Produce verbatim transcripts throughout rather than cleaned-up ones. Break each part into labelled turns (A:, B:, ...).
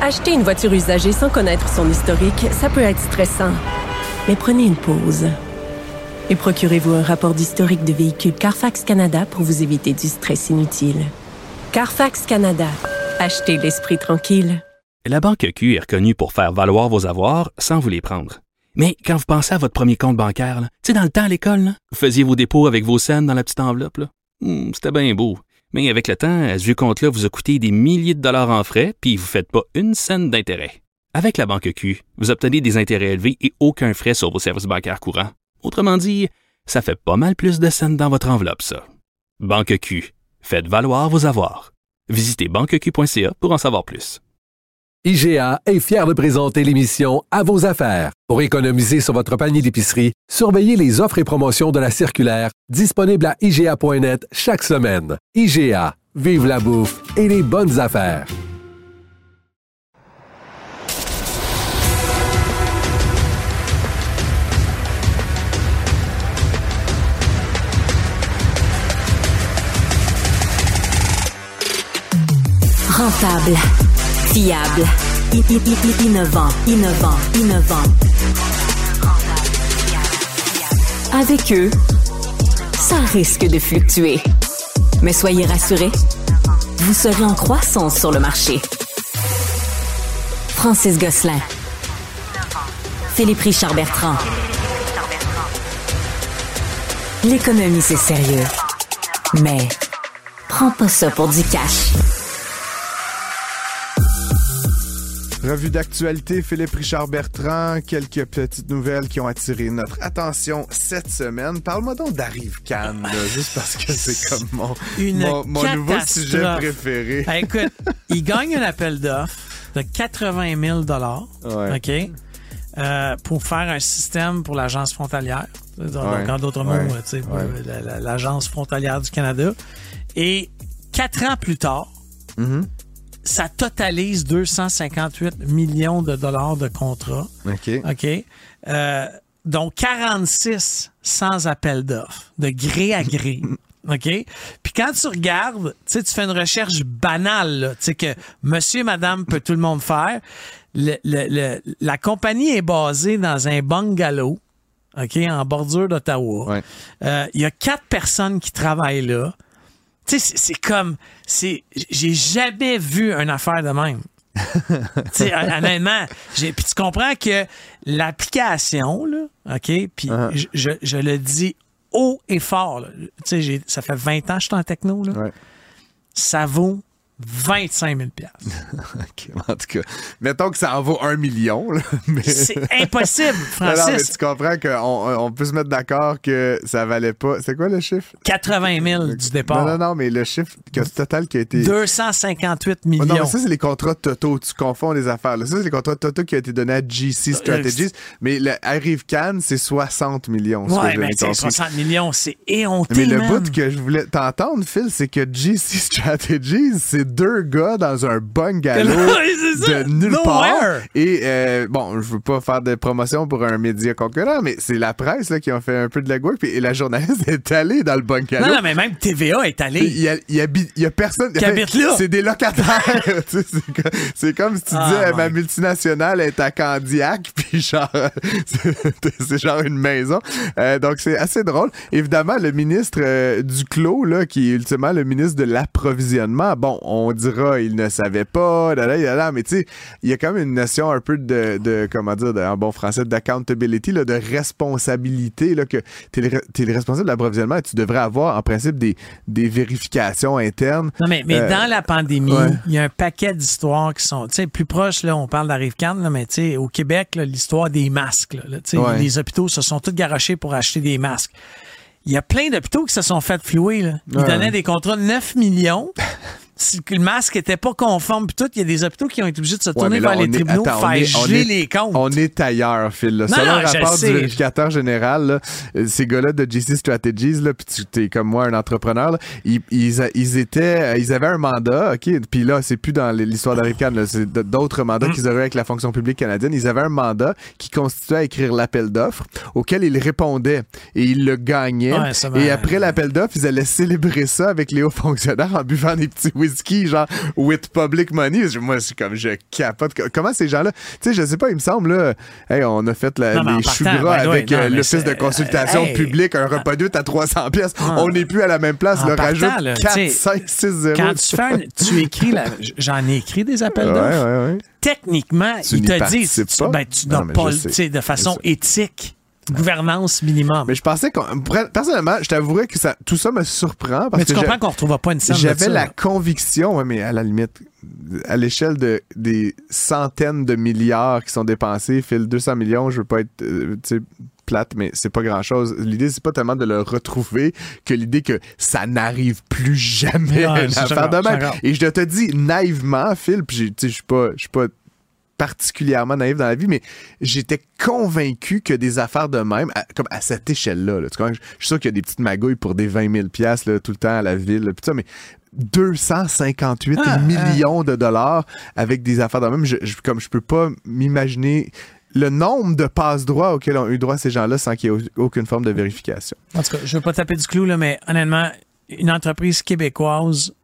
A: Acheter une voiture usagée sans connaître son historique, ça peut être stressant. Mais prenez une pause. Et procurez-vous un rapport d'historique de véhicule Carfax Canada pour vous éviter du stress inutile. Carfax Canada. Achetez l'esprit tranquille.
B: La Banque Q est reconnue pour faire valoir vos avoirs sans vous les prendre. Mais quand vous pensez à votre premier compte bancaire, tu sais, dans le temps à l'école, là, vous faisiez vos dépôts avec vos scènes dans la petite enveloppe. Là. Hmm, c'était bien beau. Mais avec le temps, ce vieux compte-là vous a coûté des milliers de dollars en frais, puis vous ne faites pas une scène d'intérêt. Avec la Banque Q, vous obtenez des intérêts élevés et aucun frais sur vos services bancaires courants. Autrement dit, ça fait pas mal plus de scènes dans votre enveloppe, ça. Banque Q. Faites valoir vos avoirs. Visitez banque q point c a pour en savoir plus.
C: I G A est fier de présenter l'émission À vos affaires. Pour économiser sur votre panier d'épicerie, surveillez les offres et promotions de la circulaire disponible à I G A point net chaque semaine. I G A. Vive la bouffe et les bonnes affaires.
D: Rentable, fiable, innovant, innovant, innovant. Avec eux, ça risque de fluctuer. Mais soyez rassurés, vous serez en croissance sur le marché. Francis Gosselin, Philippe Richard Bertrand. L'économie, c'est sérieux. Mais prends pas ça pour du cash.
E: Revue d'actualité, Philippe Richard Bertrand, quelques petites nouvelles qui ont attiré notre attention cette semaine. Parle-moi donc d'Arrive-Can, là, juste parce que c'est comme mon, mon, mon nouveau sujet préféré.
F: Ben, écoute, il gagne un appel d'offres de quatre-vingt mille dollars,
E: ouais.
F: OK, euh, pour faire un système pour l'agence frontalière. Donc,
E: ouais.
F: en d'autres mots,
E: ouais.
F: tu sais,
E: ouais.
F: l'agence frontalière du Canada. Et quatre ans plus tard,
E: mm-hmm.
F: ça totalise deux cent cinquante-huit millions de dollars de contrats.
E: OK.
F: OK. Euh, donc, quarante-six sans appel d'offres, de gré à gré. OK? Puis quand tu regardes, tu sais, tu fais une recherche banale, là, tu sais, que monsieur, madame peut tout le monde faire. Le, le, le, la compagnie est basée dans un bungalow, OK, en bordure d'Ottawa.
E: Ouais.
F: Euh, il y a quatre personnes qui travaillent là. Tu sais, c'est, c'est comme... c'est j'ai jamais vu une affaire de même. Tu sais, honnêtement, j'ai, puis tu comprends que l'application, là, OK, puis uh-huh. je, je le dis haut et fort, là. Tu sais, j'ai, ça fait vingt ans que je suis en techno, là.
E: Ouais.
F: Ça vaut vingt-cinq mille dollars.
E: OK, en tout cas, mettons que ça en vaut un million. Là, mais...
F: C'est impossible, Francis.
E: Non, non, mais tu comprends qu'on on peut se mettre d'accord que ça valait pas... C'est quoi le chiffre?
F: quatre-vingt mille du départ.
E: Non, non, non, mais le chiffre que, total qui a été...
F: deux cent cinquante-huit millions.
E: Oh non, mais ça, c'est les contrats Toto. Tu confonds les affaires. Là. Ça, c'est les contrats Toto qui ont été donnés à G C Strategies. Euh, mais le Arrive-Can, c'est soixante millions.
F: Ouais, mais c'est soixante millions, c'est éhonté,
E: Mais le
F: man.
E: bout que je voulais t'entendre, Phil, c'est que G C Strategies, c'est deux gars dans un bungalow de nulle
F: Nowhere.
E: part. Et euh, bon, je veux pas faire de promotion pour un média concurrent, mais c'est la presse là, qui a fait un peu de legwork. Puis la journaliste est allée dans le bungalow.
F: Non, non, mais même T V A est allée.
E: Il y a, il y a, il y a personne
F: qui habite là.
E: C'est des locataires. c'est, comme, c'est comme si tu
F: ah,
E: disais,
F: my.
E: ma multinationale est à Candiac, puis genre, c'est, c'est genre une maison. Euh, donc c'est assez drôle. Évidemment, le ministre euh, Duclos, là, qui est ultimement le ministre de l'approvisionnement, bon, on dira il ne savait pas, là, là, là, là, mais tu sais, il y a quand même une notion un peu de, de comment dire, de, en bon français, d'accountability, là, de responsabilité, là, que t'es le, t'es le responsable de l'approvisionnement et tu devrais avoir, en principe, des, des vérifications internes.
F: Non, mais, mais euh, dans la pandémie, il
E: ouais.
F: y a un paquet d'histoires qui sont, tu sais, plus proches, là, on parle d'Arrive-Can, là, mais tu sais, au Québec, là, l'histoire des masques, là, tu sais,
E: ouais.
F: les hôpitaux se sont tous garochés pour acheter des masques. Il y a plein d'hôpitaux qui se sont fait flouer, là. Ils ouais. donnaient des contrats de neuf millions. Si le masque n'était pas conforme, puis tout, il y a des hôpitaux qui ont été obligés de se tourner ouais, vers les est, tribunaux pour faire geler les comptes.
E: On est ailleurs, Phil. Là.
F: Non,
E: Selon
F: non,
E: le rapport
F: sais.
E: du vérificateur général, là, ces gars-là de G C Strategies, puis tu t'es comme moi un entrepreneur, là, ils, ils, ils étaient, ils avaient un mandat, ok, puis là c'est plus dans l'histoire d'Arrive-Can, là, c'est d'autres mandats mm. qu'ils auraient avec la fonction publique canadienne. Ils avaient un mandat qui constituait à écrire l'appel d'offres, auquel ils répondaient et ils le gagnaient. Ouais, et après l'appel d'offres, ils allaient célébrer ça avec les hauts fonctionnaires en buvant des petits whisky whisky, genre, with public money. Moi, c'est comme, je capote. Comment ces gens-là, tu sais, je sais pas, il me semble, là, hey, on a fait la,
F: non,
E: les choux gras
F: ben,
E: avec
F: oui, non,
E: euh, l'office de consultation
F: euh, hey,
E: publique, un repas de huit à trois cents pièces.
F: Ah.
E: On n'est plus à la même place.
F: En
E: Le
F: partant,
E: rajoute
F: là,
E: quatre, cinq, six, zéro.
F: Quand tu fais un, tu écris, la, j'en ai écrit des appels
E: Ouais,
F: d'offres.
E: ouais, ouais.
F: Techniquement,
E: Tu
F: ils
E: n'y
F: te disent,
E: participes
F: tu,
E: pas?
F: ben, tu
E: Non,
F: n'as
E: mais
F: pas,
E: je sais.
F: tu sais, de façon
E: C'est ça.
F: éthique. Gouvernance minimum.
E: Mais je pensais qu'on. Personnellement, je t'avouerais que ça, tout ça me surprend. Parce
F: mais tu
E: que
F: comprends
E: j'ai-
F: qu'on ne retrouvera pas une scène de
E: J'avais
F: ça,
E: la
F: là.
E: conviction, ouais, mais à la limite, à l'échelle de, des centaines de milliards qui sont dépensés, Phil, deux cents millions, je veux pas être euh, tu sais, plate, mais c'est pas grand-chose. L'idée, c'est pas tellement de le retrouver que l'idée que ça n'arrive plus jamais
F: Ouais,
E: une
F: c'est
E: affaire de
F: grave, c'est
E: même.
F: grave.
E: Et je te dis naïvement, Phil, puis j'ai- tu sais, je suis pas, je suis pas particulièrement naïf dans la vie, mais j'étais convaincu que des affaires de même, à, comme à cette échelle-là, là, tu comprends? Je suis sûr qu'il y a des petites magouilles pour des vingt mille piastres là, tout le temps à la ville, là, pis ça, mais deux cent cinquante-huit
F: Ah,
E: millions de dollars avec des affaires de même, je, je, comme je peux pas m'imaginer le nombre de passe-droits auxquels ont eu droit ces gens-là sans qu'il y ait aucune forme de vérification.
F: En tout cas, je veux pas taper du clou, là, mais honnêtement, une entreprise québécoise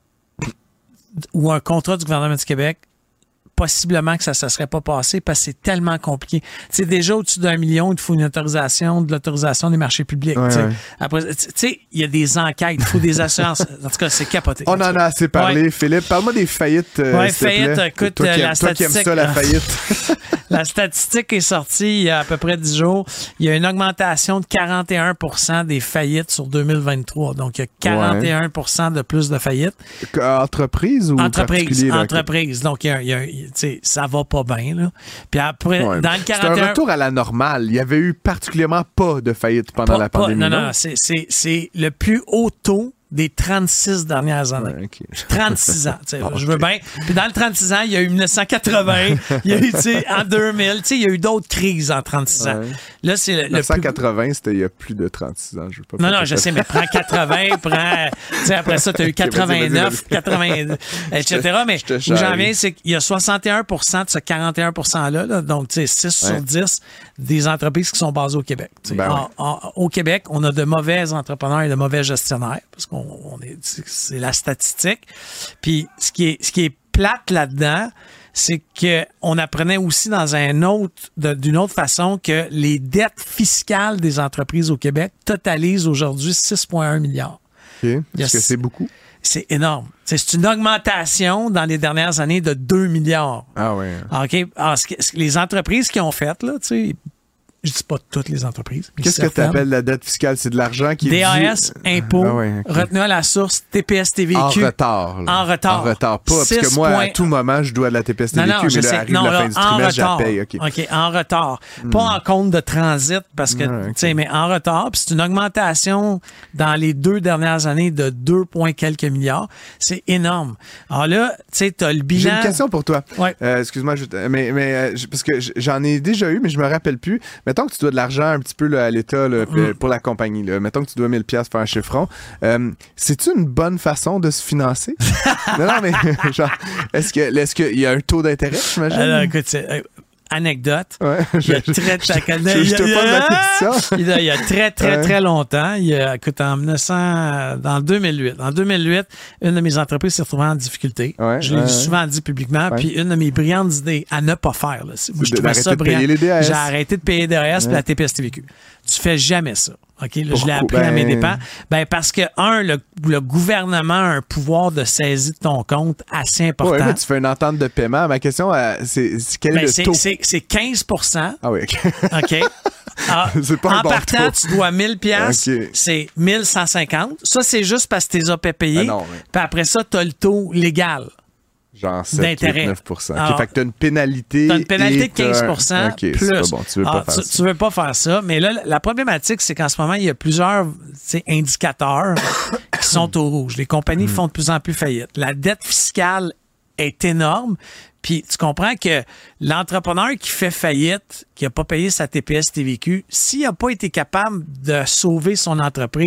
F: ou un contrat du gouvernement du Québec, possiblement que ça ne serait pas passé parce que c'est tellement compliqué. Tu sais, déjà au-dessus d'un million, il te faut une autorisation, de l'autorisation des marchés publics.
E: Ouais,
F: tu sais.
E: ouais.
F: Après, tu sais, il y a des enquêtes, il faut des assurances. En tout cas, c'est capoté.
E: On en a assez parlé,
F: Ouais.
E: Philippe. Parle-moi des faillites. Euh,
F: Ouais,
E: s'il te
F: faillite,
E: plaît.
F: écoute,
E: toi qui,
F: la
E: aimes- toi qui aimes
F: statistique-
E: ça, la faillite.
F: La statistique est sortie il y a à peu près dix jours. Il y a une augmentation de quarante et un pour cent des faillites sur deux mille vingt-trois. Donc, il y a quarante et un pour cent de plus de faillites.
E: Entreprise ou
F: Entreprise,
E: particulier? là?
F: entreprise. Donc, il y a, il y a- tu sais, ça va pas bien. Là. Puis après,
E: Ouais.
F: dans le
E: C'est
F: quarante et un...
E: un retour à la normale. Il y avait eu particulièrement pas de faillite pendant
F: pas-
E: la
F: pas-
E: pandémie.
F: non, non, c'est, c'est, c'est le plus haut taux des trente-six dernières années.
E: Ouais, ok.
F: trente-six ans. tu sais, Je veux bien. Puis dans le trente-six ans, il y a eu dix-neuf cent quatre-vingts, il y a eu, tu sais, en deux mille, tu sais, il y a eu d'autres crises en trente-six ans.
E: Ouais.
F: Là, c'est le, le
E: neuf cent
F: plus...
E: quatre-vingts, c'était il y a plus de trente-six ans. Je veux pas
F: Non,
E: faire
F: non, je
E: ça.
F: sais, mais prends quatre-vingts, prends. Tu sais, après ça, tu as eu quatre-vingt-neuf, quatre-vingt-deux, et cetera. Mais
E: je te
F: où j'en
E: charrie.
F: viens, c'est qu'il y a soixante et un pour cent de ce quarante et un pour cent-là, là, donc tu sais, six
E: Ouais.
F: sur dix des entreprises qui sont basées au Québec. Tu sais.
E: Ben
F: En- en- au Québec, on a de mauvais entrepreneurs et de mauvais gestionnaires, parce qu'on on est, c'est- c'est la statistique. Puis ce qui est, ce qui est plate là-dedans, c'est qu'on apprenait aussi dans un autre, de- d'une autre façon que les dettes fiscales des entreprises au Québec totalisent aujourd'hui six virgule un milliards.
E: Ok. Est-ce
F: Yes.
E: que c'est beaucoup?
F: C'est énorme. C'est c'est une augmentation dans les dernières années de deux milliards.
E: Ah ouais.
F: OK? Alors, ce que- ce que les entreprises qui ont fait, là, tu sais, je dis pas toutes les entreprises. mais
E: Qu'est-ce que tu
F: certaines.
E: appelles la dette fiscale? C'est de l'argent qui est
F: D A
E: dû-
F: S, impôts,
E: Ah ouais, ok.
F: retenu à la source, T P S T V Q.
E: En retard. là.
F: En retard.
E: En retard. Pas, parce que
F: six
E: moi, à
F: points-
E: tout moment, je dois de la T P S T
F: Non,
E: V Q,
F: non,
E: mais
F: je
E: là,
F: sais.
E: arrive
F: Non,
E: la
F: là,
E: fin du
F: en
E: trimestre, je la
F: retard.
E: paye. OK.
F: OK, en retard. Pas en compte de transit, parce que,
E: Ouais, ok.
F: tu sais, mais en retard. Puis c'est une augmentation dans les deux dernières années de deux points quelques milliards. C'est énorme. Alors là, tu sais, t'as le bilan.
E: J'ai une question pour toi.
F: Ouais.
E: Euh, excuse-moi, je- mais, mais euh, je- parce que j- j'en ai déjà eu, mais je me rappelle plus. Mettons que tu dois de l'argent un petit peu là, à l'État là,
F: Mm.
E: pour la compagnie. Là. Mettons que tu dois mille piastres pour un chiffron. Euh, C'est-tu une bonne façon de se financer? non, non, mais genre, est-ce que est-ce qu'il y a un taux d'intérêt, j'imagine?
F: Alors, écoute, c'est, euh, anecdote.
E: Ouais,
F: Il y a
E: je-
F: très,
E: je-
F: très,
E: je- je te pose la question.
F: Il y a, il y a très, très,
E: Ouais.
F: très longtemps. Il y a, écoute, en mille neuf cents, dans deux mille huit. En deux mille huit, une de mes entreprises s'est retrouvée en difficulté.
E: Ouais,
F: je l'ai
E: ouais,
F: souvent dit publiquement.
E: Ouais.
F: Puis une de mes brillantes idées à ne pas faire, là, c'est- moi, je
E: de-
F: trouvais
E: d'arrêter
F: ça
E: de payer
F: brillant.
E: les D A S.
F: J'ai arrêté de payer les D A S puis
E: Ouais.
F: la T P S T V Q. Tu fais jamais ça. OK? Là, je l'ai
E: Pourquoi?
F: appris à mes
E: Ben-
F: dépens. Ben, parce que, un, le, le gouvernement a un pouvoir de saisie de ton compte assez important.
E: Ouais, mais tu fais une entente de paiement. Ma question, euh, c'est c'est quel est
F: Ben,
E: le
F: c'est,
E: taux?
F: c'est, c'est quinze pour cent.
E: Ah oui, OK.
F: OK. Ah,
E: C'est pas un
F: en
E: bon
F: partant,
E: taux.
F: tu dois mille piastres,
E: OK.
F: c'est mille cent cinquante. Ça, c'est juste parce que tu les as pas payés.
E: Ah non, mais-
F: Puis après ça, tu as le taux légal.
E: Genre sept,
F: D'intérêt.
E: huit, neuf pour cent. OK,
F: Alors,
E: fait que t'as une pénalité.
F: Tu as une pénalité
E: et
F: de quinze pour cent
E: t'as- OK,
F: plus.
E: c'est pas bon. Tu veux
F: Ah,
E: pas faire
F: tu,
E: ça.
F: tu veux pas faire ça. Mais là, la problématique, c'est qu'en ce moment, il y a plusieurs tu sais, indicateurs qui sont au rouge. Les compagnies
E: Hmm.
F: font de plus en plus faillite. La dette fiscale est énorme. Puis tu comprends que l'entrepreneur qui fait faillite, qui n'a pas payé sa T P S T V Q, s'il n'a pas été capable de sauver son entreprise,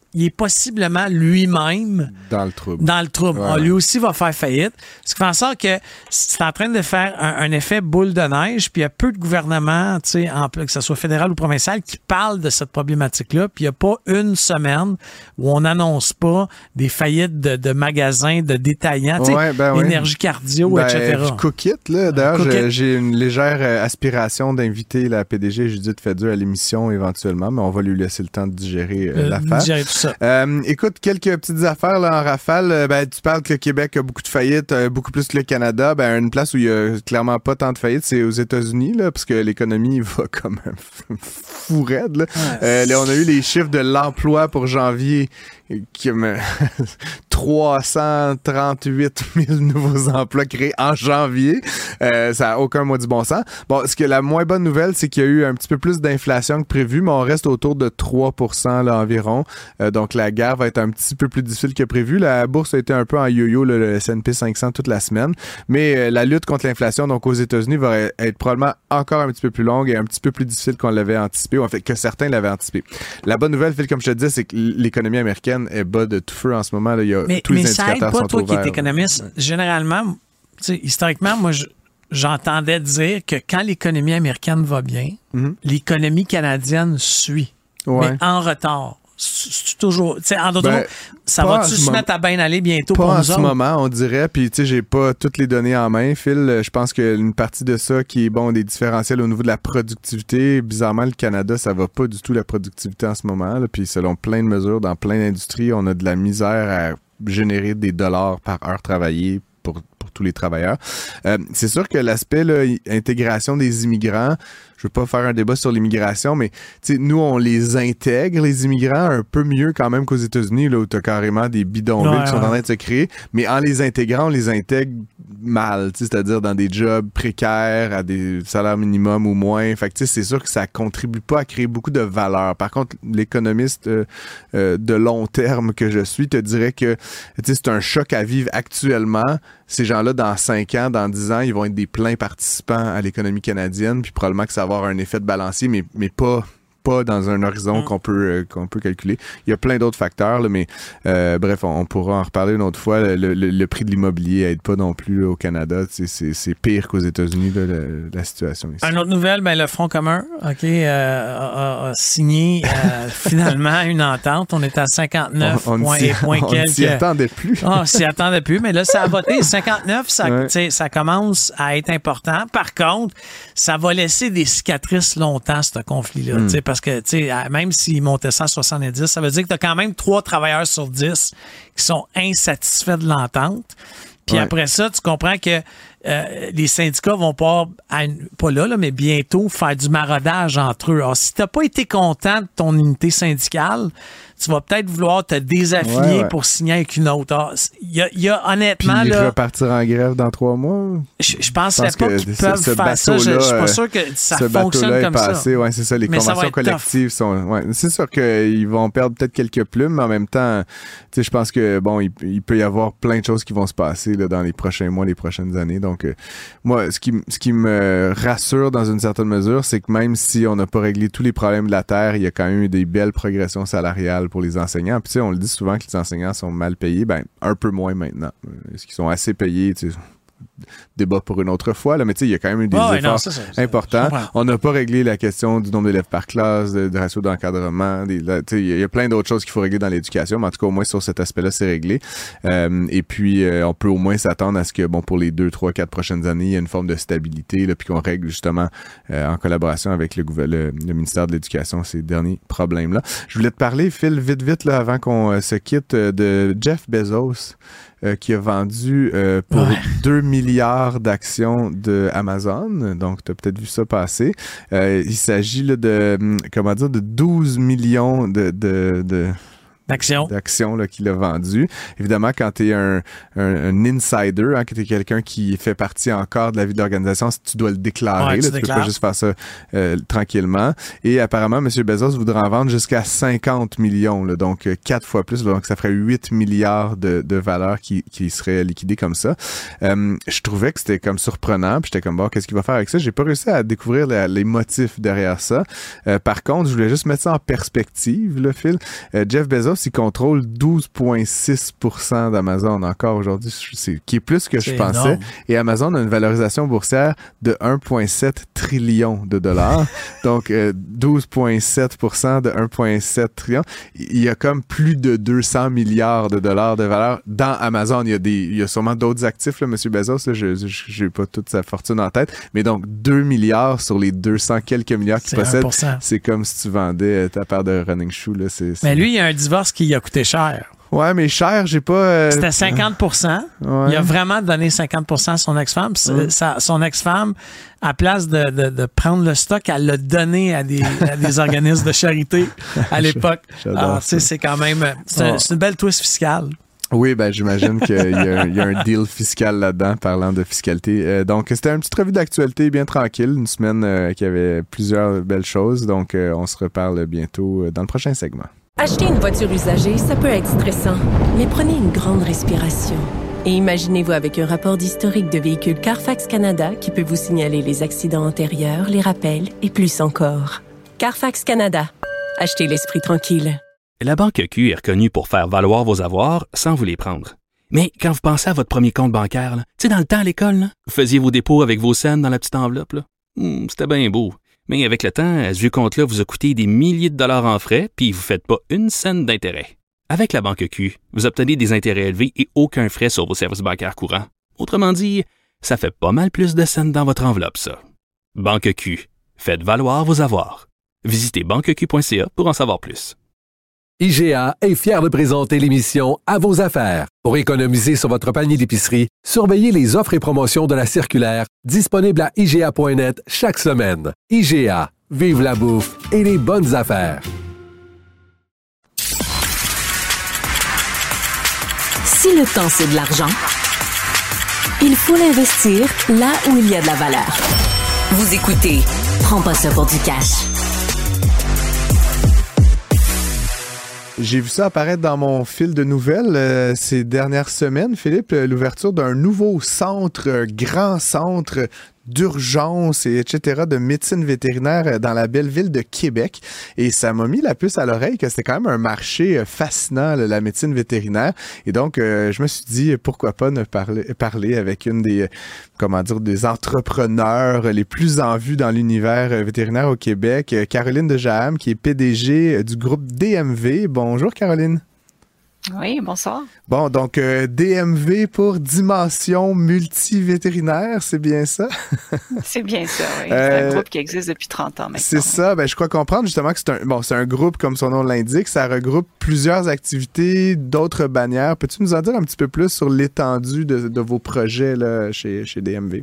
F: il est possiblement lui-même
E: dans le trouble.
F: Dans le trouble.
E: Ouais.
F: Ah, lui aussi va faire faillite. Ce qui fait en sorte que c'est en train de faire un, un effet boule de neige, puis il y a peu de gouvernements, tu sais, en- que ce soit fédéral ou provincial, qui parlent de cette problématique-là, puis il n'y a pas une semaine où on n'annonce pas des faillites de, de magasins, de détaillants, tu sais,
E: Ouais, ben ouais.
F: énergie cardio,
E: Ben,
F: et cetera.
E: puis Cookit, là, d'ailleurs,
F: Cookit.
E: j'ai- j'ai une légère euh, aspiration d'inviter la P D G Judith Fédieu à l'émission éventuellement, mais on va lui laisser le temps de digérer euh,
F: Euh,
E: l'affaire.
F: digérer tout ça.
E: Euh, écoute, quelques petites affaires là, en rafale. Euh, ben, tu parles que le Québec a beaucoup de faillites, euh, beaucoup plus que le Canada. Ben, une place où il y a clairement pas tant de faillites, c'est aux États-Unis, là, parce que l'économie va comme un fou raide. Là. Euh, là, on a eu les chiffres de l'emploi pour janvier euh, qui me trois cent trente-huit mille nouveaux emplois créés en janvier. Euh, ça n'a aucun mot du bon sens. Bon, ce que la moins bonne nouvelle, c'est qu'il y a eu un petit peu plus d'inflation que prévu, mais on reste autour de trois pour cent là, environ. Euh, donc, la guerre va être un petit peu plus difficile que prévu. La bourse a été un peu en yo-yo, là, le S and P cinq cents toute la semaine. Mais euh, la lutte contre l'inflation, donc aux États-Unis, va être probablement encore un petit peu plus longue et un petit peu plus difficile qu'on l'avait anticipé, ou en fait que certains l'avaient anticipé. La bonne nouvelle, Phil, comme je te disais, c'est que l'économie américaine est bas de tout feu en ce moment. Là. Il y a,
F: Mais,
E: tous
F: mais
E: les
F: ça aide
E: indicateurs
F: pas,
E: sont
F: toi
E: au
F: qui es
E: vert.
F: économiste. Généralement, tu sais, historiquement, moi, je- j'entendais dire que quand l'économie américaine va bien,
E: Mhm.
F: l'économie canadienne suit,
E: Ouais.
F: mais en retard. C'est c'est toujours, tu sais, en d'autres
E: Ben,
F: mots, ça
E: pas en
F: va-tu
E: ce
F: se
E: moment-
F: mettre à bien aller bientôt
E: Pas
F: pour
E: en
F: nous
E: ce
F: autres?
E: moment, on dirait. Puis, tu sais, j'ai pas toutes les données en main, Phil. Je pense qu'une partie de ça qui est, bon, des différentiels au niveau de la productivité. Bizarrement, le Canada, ça va pas du tout la productivité en ce moment. Là. Puis, selon plein de mesures, dans plein d'industries, on a de la misère à générer des dollars par heure travaillée pour, pour tous les travailleurs. Euh, c'est sûr que l'aspect, là, i- intégration des immigrants, je veux pas faire un débat sur l'immigration, mais tu sais, nous, on les intègre, les immigrants, un peu mieux quand même qu'aux États-Unis, là, où t'as carrément des bidonvilles
F: Ouais,
E: qui sont
F: ouais.
E: en train de se créer. Mais en les intégrant, on les intègre mal, tu sais, c'est-à-dire dans des jobs précaires, à des salaires minimum ou moins. Fait que tu sais, c'est sûr que ça contribue pas à créer beaucoup de valeur. Par contre, l'économiste euh, euh, de long terme que je suis te dirait que tu sais, c'est un choc à vivre actuellement. Ces gens-là, dans cinq ans, dans dix ans, ils vont être des pleins participants à l'économie canadienne, puis probablement que ça va avoir un effet de balancier, mais, mais pas pas dans un horizon
F: Mm.
E: qu'on peut euh, qu'on peut calculer. Il y a plein d'autres facteurs, là, mais euh, bref, on, on pourra en reparler une autre fois. Le, le- le prix de l'immobilier aide pas non plus là, au Canada. Tu sais, C'est, c'est pire qu'aux États-Unis, là, la, la situation ici.
F: Une autre nouvelle, ben, le Front commun, OK, euh, a, a signé euh, finalement une entente. On est à cinquanteneuf
E: on, on
F: points
E: s'y-
F: et points
E: on ne s'y
F: quelques.
E: attendait plus.
F: Ah, on s'y attendait plus, mais là, ça a voté. cinquante-neuf, ça,
E: Ouais.
F: tu sais, ça commence à être important. Par contre, ça va laisser des cicatrices longtemps, ce conflit-là.
E: Mm.
F: tu sais, Parce que, tu sais, à- même s'il montait cent soixante-dix, ça veut dire que tu as quand même trois travailleurs sur dix qui sont insatisfaits de l'entente. Puis
E: Ouais.
F: après ça, tu comprends que euh, les syndicats vont pas, à une- pas là, là, mais bientôt faire du maraudage entre eux. Alors, si tu n'as pas été content de ton unité syndicale, tu vas peut-être vouloir te désaffilier
E: Ouais, ouais.
F: pour signer avec une autre. Alors, Il y a, il y a
E: Puis
F: honnêtement, là,
E: repartir en grève dans trois mois.
F: je, je penserais
E: pense
F: pas
E: que
F: qu'ils
E: ce-
F: peuvent
E: ce
F: faire ça. Je, je suis
E: bateau-là,
F: pas sûr que ça
E: ce
F: fonctionne
E: bateau-là est
F: comme
E: passé.
F: ça.
E: Ouais, c'est ça. Les
F: Mais ça va
E: conventions
F: être tough.
E: collectives sont. Ouais, c'est sûr qu'ils vont perdre peut-être quelques plumes, mais en même temps, tu sais, je pense que bon, il, il peut y avoir plein de choses qui vont se passer là, dans les prochains mois, les prochaines années. Donc, euh, moi, ce qui, m- ce qui me rassure dans une certaine mesure, c'est que même si on n'a pas réglé tous les problèmes de la terre, il y a quand même eu des belles progressions salariales pour les enseignants. Puis, tu sais, on le dit souvent que les enseignants sont mal payés, ben un peu moins maintenant. Est-ce qu'ils sont assez payés, tu sais? Débat pour une autre fois, là, mais tu sais, il y a quand même eu des
F: Ah ouais,
E: efforts
F: non, ça, ça, ça,
E: importants.
F: je comprends.
E: On n'a pas réglé la question du nombre d'élèves par classe, de, de ratio d'encadrement. des- là, tu sais, Il y, a- il y a plein d'autres choses qu'il faut régler dans l'éducation, mais en tout cas, au moins sur cet aspect-là, c'est réglé. Euh, et puis, euh, on peut au moins s'attendre à ce que, bon, pour les deux, trois, quatre prochaines années, il y ait une forme de stabilité, là, puis qu'on règle justement euh, en collaboration avec le, gouver- le, le ministère de l'Éducation ces derniers problèmes-là. Je voulais te parler, Phil, vite, vite, là, avant qu'on euh, se quitte, euh, de Jeff Bezos. Euh, qui a vendu euh, pour
F: Ouais.
E: deux milliards d'actions de Amazon. Donc, tu as peut-être vu ça passer. Euh, il s'agit là, de, hum, comment dire, de douze millions de, de, de,
F: D'action.
E: d'actions là, qu'il a vendues. Évidemment, quand tu es un, un, un insider, hein, que tu es quelqu'un qui fait partie encore de la vie de l'organisation, tu dois le déclarer.
F: Ouais, tu
E: là, tu peux
F: déclares.
E: pas juste faire ça euh, tranquillement. Et apparemment, M. Bezos voudrait en vendre jusqu'à cinquante millions, là, donc euh, quatre fois plus. Donc, ça ferait huit milliards de, de valeur qui, qui seraient liquidées comme ça. Euh, je trouvais que c'était comme surprenant. Puis j'étais comme, bon, qu'est-ce qu'il va faire avec ça? J'ai pas réussi à découvrir la- les motifs derrière ça. Euh, par contre, je voulais juste mettre ça en perspective, là, Phil. Euh, Jeff Bezos, Bezos, il contrôle douze virgule six pour cent d'Amazon encore aujourd'hui, c'est, qui est plus que je pensais. Énorme. Et Amazon a une valorisation boursière de un virgule sept trillion de dollars. Donc, euh, douze virgule sept pour cent de un virgule sept trillion. Il y a comme plus de deux cents milliards de dollars de valeur dans Amazon. Il y a, des, il y a sûrement d'autres actifs, là, M. Bezos. Là, je n'ai pas toute sa fortune en tête. Mais donc, deux milliards sur les deux cents quelques milliards qu'il possède. C'est comme si tu vendais ta paire de running shoes. Là. C'est, c'est...
F: Mais lui, il y a un divorce qui a coûté cher.
E: Ouais, mais cher, j'ai pas... Euh...
F: C'était cinquante pour cent. Ouais. Il a vraiment donné cinquante pour cent à son ex-femme. Mmh. Sa, son ex-femme, à place de, de, de prendre le stock, elle l'a donné à des, à des organismes de charité à l'époque. Alors, tu sais, c'est quand même... C'est, un, c'est une belle twist fiscale.
E: Oui, ben j'imagine qu'il y a, il y a un deal fiscal là-dedans, parlant de fiscalité. Euh, donc, c'était une petite revue d'actualité bien tranquille, une semaine euh, qui avait plusieurs belles choses. Donc, euh, on se reparle bientôt dans le prochain segment.
A: Acheter une voiture usagée, ça peut être stressant, mais prenez une grande respiration. Et imaginez-vous avec un rapport d'historique de véhicule Carfax Canada qui peut vous signaler les accidents antérieurs, les rappels et plus encore. Carfax Canada. Achetez l'esprit tranquille.
B: La Banque Q est reconnue pour faire valoir vos avoirs sans vous les prendre. Mais quand vous pensez à votre premier compte bancaire, tu sais, dans le temps à l'école, là, vous faisiez vos dépôts avec vos scènes dans la petite enveloppe. Là. Hum, c'était bien beau. Mais avec le temps, ce vieux compte-là vous a coûté des milliers de dollars en frais, puis vous ne faites pas une scène d'intérêt. Avec la Banque Q, vous obtenez des intérêts élevés et aucun frais sur vos services bancaires courants. Autrement dit, ça fait pas mal plus de scènes dans votre enveloppe, ça. Banque Q. Faites valoir vos avoirs. Visitez banque q point c a pour en savoir plus.
C: I G A est fier de présenter l'émission À vos affaires. Pour économiser sur votre panier d'épicerie, surveillez les offres et promotions de la circulaire disponible à I G A point net chaque semaine. I G A, vive la bouffe et les bonnes affaires.
D: Si le temps, c'est de l'argent, il faut l'investir là où il y a de la valeur. Vous écoutez Prends pas ça pour du cash.
E: J'ai vu ça apparaître dans mon fil de nouvelles euh, ces dernières semaines, Philippe, l'ouverture d'un nouveau centre, euh, grand centre d'urgence et etc. de médecine vétérinaire dans la belle ville de Québec. Et ça m'a mis la puce à l'oreille que c'était quand même un marché fascinant, la médecine vétérinaire. Et donc, euh, je me suis dit, pourquoi pas ne parler, parler avec une des, comment dire, des entrepreneurs les plus en vue dans l'univers vétérinaire au Québec, Caroline Dejaham, qui est P D G du groupe D M V. Bonjour, Caroline.
G: Oui, bonsoir.
E: Bon, donc euh, D M V pour Dimension Multivétérinaire, c'est bien ça?
G: C'est bien ça, oui. C'est euh, un groupe qui existe depuis trente ans maintenant.
E: C'est ça. Ben, je crois comprendre justement que c'est un, bon, c'est un groupe, comme son nom l'indique, ça regroupe plusieurs activités, d'autres bannières. Peux-tu nous en dire un petit peu plus sur l'étendue de, de vos projets là, chez, chez D M V?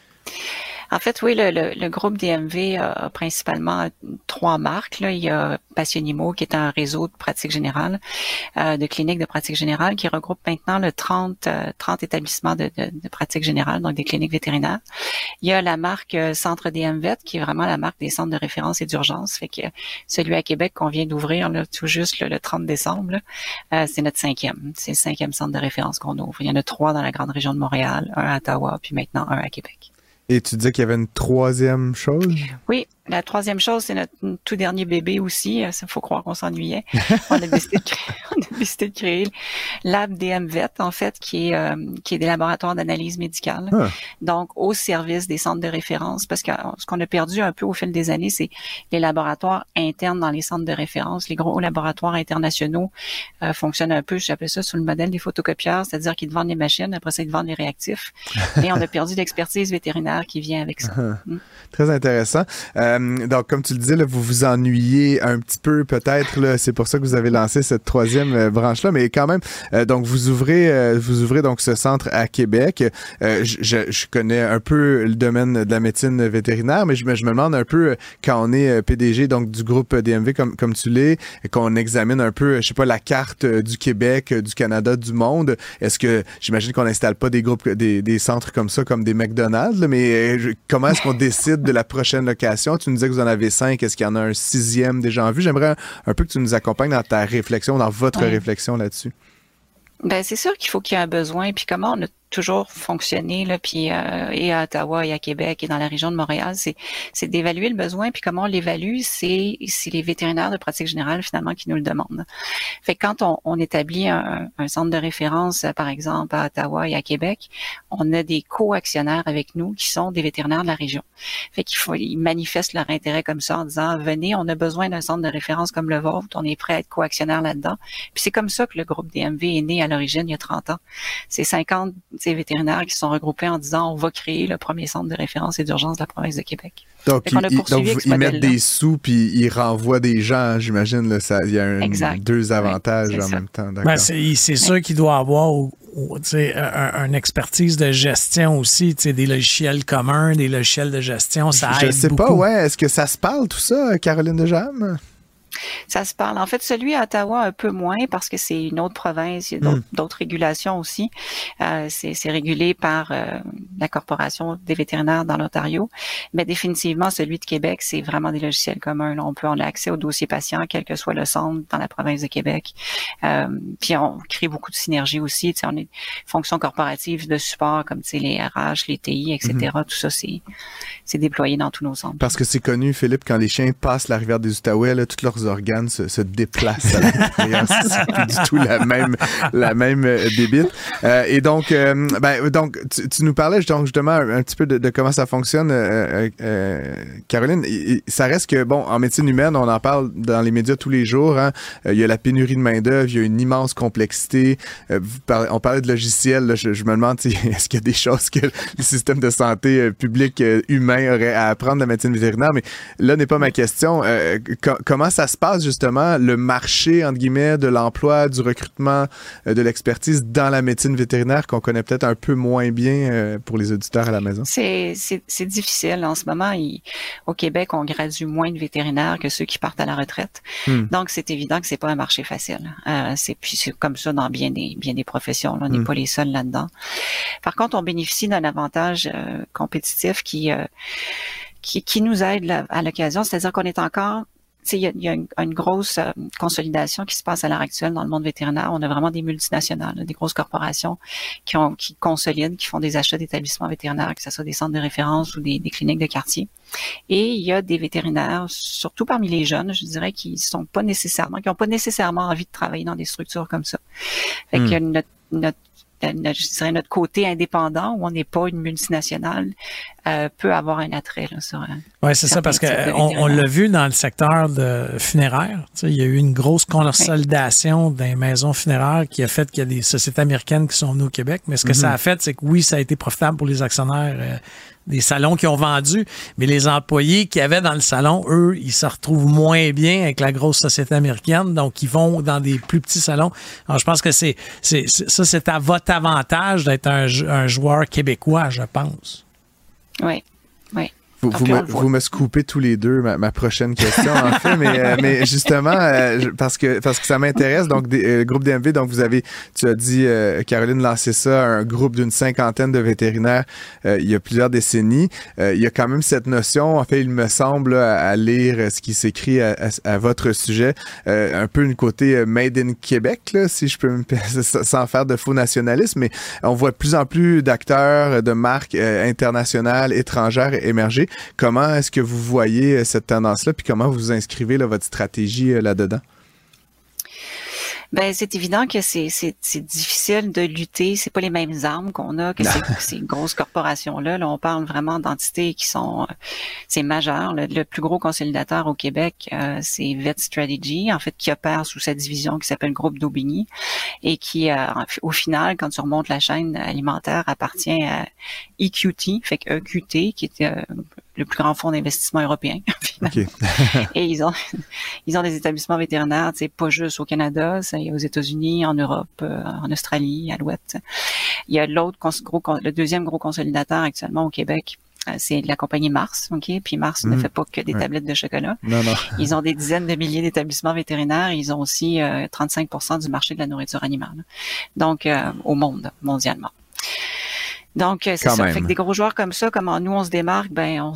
G: En fait, oui, le, le, le groupe D M V a principalement trois marques. Là. Il y a Passionimo, qui est un réseau de pratique générale, euh, de cliniques de pratique générale, qui regroupe maintenant le trente, euh, trente établissements de, de, de pratique générale, donc des cliniques vétérinaires. Il y a la marque euh, Centre D M V E T, qui est vraiment la marque des centres de référence et d'urgence. Fait que celui à Québec qu'on vient d'ouvrir là, tout juste là, le trente décembre, là, euh, c'est notre cinquième. C'est le cinquième centre de référence qu'on ouvre. Il y en a trois dans la grande région de Montréal, un à Ottawa, puis maintenant un à Québec.
E: Et tu disais qu'il y avait une troisième chose?
G: Oui, la troisième chose, c'est notre tout dernier bébé aussi. Il faut croire qu'on s'ennuyait. On a décidé de créer, on a décidé de créer Lab D M V E T, en fait, qui est euh, qui est des laboratoires d'analyse médicale. Ah. Donc, au service des centres de référence, parce que ce qu'on a perdu un peu au fil des années, c'est les laboratoires internes dans les centres de référence. Les gros laboratoires internationaux euh, fonctionnent un peu, j'appelle ça, sous le modèle des photocopieurs, c'est-à-dire qu'ils te vendent les machines, après ça, ils te vendent les réactifs. Et on a perdu l'expertise vétérinaire qui vient avec ça.
E: Ah. Mm. Très intéressant. Euh, donc, comme tu le disais, là, vous vous ennuyez un petit peu peut-être. Là, c'est pour ça que vous avez lancé cette troisième euh, branche-là. Mais quand même, euh, donc vous ouvrez, euh, vous ouvrez donc ce centre à Québec. Euh, je, je connais un peu le domaine de la médecine vétérinaire, mais je, je me demande un peu quand on est P D G donc du groupe D M V comme comme tu l'es, qu'on examine un peu, je sais pas, la carte du Québec, du Canada, du monde. Est-ce que j'imagine qu'on n'installe pas des groupes, des, des centres comme ça, comme des McDonald's, là, mais comment est-ce qu'on décide de la prochaine location? Tu nous disais que vous en avez cinq. Est-ce qu'il y en a un sixième déjà en vue? J'aimerais un, un peu que tu nous accompagnes dans ta réflexion, dans votre ouais. réflexion là-dessus.
G: Ben c'est sûr qu'il faut qu'il y ait un besoin. Puis comment on a toujours fonctionné là, puis euh, et à Ottawa et à Québec et dans la région de Montréal, c'est c'est d'évaluer le besoin, puis comment on l'évalue, c'est c'est les vétérinaires de pratique générale finalement qui nous le demandent. Fait que quand on, on établit un, un centre de référence, par exemple à Ottawa et à Québec, on a des co-actionnaires avec nous qui sont des vétérinaires de la région. Fait qu'il faut ils manifestent leur intérêt comme ça en disant venez, on a besoin d'un centre de référence comme le vôtre, on est prêt à être co-actionnaire là-dedans. Puis c'est comme ça que le groupe D M V est né à l'origine il y a trente ans. C'est cinquante ces vétérinaires qui sont regroupés en disant on va créer le premier centre de référence et d'urgence de la province de Québec.
E: Donc, ils, donc ils mettent des sous puis ils renvoient des gens, j'imagine. Là, ça, il y a un, deux avantages oui, en ça. même temps.
F: Ben, c'est c'est oui. sûr qu'il doit avoir un, un expertise de gestion aussi, des logiciels communs, des logiciels de gestion, ça
E: Je
F: aide
E: sais
F: beaucoup.
E: pas, ouais. Est-ce que ça se parle tout ça, Caroline Dejam?
G: Ça se parle. En fait, celui à Ottawa, un peu moins parce que c'est une autre province. Il y a d'autres, mm. d'autres régulations aussi. Euh, c'est, c'est régulé par euh, la Corporation des vétérinaires dans l'Ontario. Mais définitivement, celui de Québec, c'est vraiment des logiciels communs. Là, on peut, on a accès au dossier patient, quel que soit le centre dans la province de Québec. Euh, puis on crée beaucoup de synergies aussi. Tu sais, on est fonctions corporatives de support comme tu sais, les R H, les T I, et cetera. Mm-hmm. Tout ça, c'est, c'est déployé dans tous nos centres.
E: Parce que c'est connu, Philippe, quand les chiens passent la rivière des Outaouais, là, tous leurs organes se, se déplacent à l'intérieur. C'est plus du tout la même, la même euh, débite. Euh, et donc, euh, ben, donc tu, tu nous parlais donc, justement un, un petit peu de, de comment ça fonctionne, euh, euh, Caroline. Et, ça reste que, bon, en médecine humaine, on en parle dans les médias tous les jours. Hein. Euh, il y a la pénurie de main-d'œuvre, il y a une immense complexité. Euh, vous parlez, on parlait de logiciels. Là, je, je me demande, est-ce qu'il y a des choses que le système de santé euh, public euh, humain aurait à apprendre de la médecine vétérinaire? Mais là n'est pas ma question. Euh, co- comment ça se passe, justement, le marché, entre guillemets, de l'emploi, du recrutement, euh, de l'expertise dans la médecine vétérinaire qu'on connaît peut-être un peu moins bien euh, pour les auditeurs à la maison?
G: C'est, c'est, c'est difficile. En ce moment, il, au Québec, on gradue moins de vétérinaires que ceux qui partent à la retraite. Hmm. Donc, c'est évident que c'est pas un marché facile. Euh, c'est, puis c'est comme ça dans bien des, bien des professions. Là, on n'est hmm. pas les seuls là-dedans. Par contre, on bénéficie d'un avantage euh, compétitif qui, euh, qui, qui nous aide là, à l'occasion. C'est-à-dire qu'on est encore... Il y a, y a une, une grosse euh, consolidation qui se passe à l'heure actuelle dans le monde vétérinaire. On a vraiment des multinationales, là, des grosses corporations qui ont qui consolident, qui font des achats d'établissements vétérinaires, que ce soit des centres de référence ou des, des cliniques de quartier. Et il y a des vétérinaires, surtout parmi les jeunes, je dirais, qui sont pas nécessairement, qui n'ont pas nécessairement envie de travailler dans des structures comme ça. Fait mmh. que notre, notre Notre, je dirais notre côté indépendant où on n'est pas une multinationale euh, peut avoir un attrait là, sur un.
F: Oui, c'est ça, parce que on, on l'a vu dans le secteur de funéraire. Tu sais, il y a eu une grosse consolidation oui. des maisons funéraires qui a fait qu'il y a des sociétés américaines qui sont venues au Québec. Mais ce que mm-hmm. ça a fait, c'est que oui, ça a été profitable pour les actionnaires euh, des salons qui ont vendu, mais les employés qui avaient dans le salon, eux, ils se retrouvent moins bien avec la grosse société américaine, donc ils vont dans des plus petits salons. Alors, je pense que c'est, c'est, c'est ça, c'est à votre avantage d'être un, un joueur québécois, je pense.
G: Oui, oui.
E: Vous, vous, me, vous me scoopez tous les deux ma, ma prochaine question, en fait, mais, euh, mais justement, euh, parce que parce que ça m'intéresse, donc, des, euh, groupe D M V, donc vous avez, tu as dit, euh, Caroline, lancé ça, un groupe d'une cinquantaine de vétérinaires euh, il y a plusieurs décennies. Euh, il y a quand même cette notion, en fait, il me semble, à, à lire ce qui s'écrit à, à, à votre sujet, euh, un peu une côté Made in Québec, là, si je peux me sans faire de faux nationalisme, mais on voit de plus en plus d'acteurs, de marques euh, internationales, étrangères émerger. Comment est-ce que vous voyez cette tendance-là, puis comment vous inscrivez là, votre stratégie euh, là-dedans?
G: Ben c'est évident que c'est c'est c'est difficile de lutter, c'est pas les mêmes armes qu'on a que ces, ces grosses corporations là. Là on parle vraiment d'entités qui sont c'est majeur. Le, le plus gros consolidateur au Québec, euh, c'est Vet Strategy, en fait qui opère sous sa division qui s'appelle Groupe d'Aubigny et qui euh, au final quand tu remontes la chaîne alimentaire appartient à E Q T, fait que E Q T qui était euh, le plus grand fonds d'investissement européen. Okay. Et ils ont ils ont des établissements vétérinaires, c'est pas juste au Canada, c'est aux États-Unis, en Europe, euh, en Australie, à l'Ouest. Il y a l'autre gros, le deuxième gros consolidateur actuellement au Québec. Euh, c'est la compagnie Mars, ok. Puis Mars mmh. ne fait pas que des ouais. tablettes de chocolat.
E: Non, non.
G: Ils ont des dizaines de milliers d'établissements vétérinaires. Ils ont aussi euh, trente-cinq pour cent du marché de la nourriture animale. Donc euh, au monde, mondialement. Donc, c'est Quand ça. Même. Fait que des gros joueurs comme ça, comment nous, on se démarque, ben, on,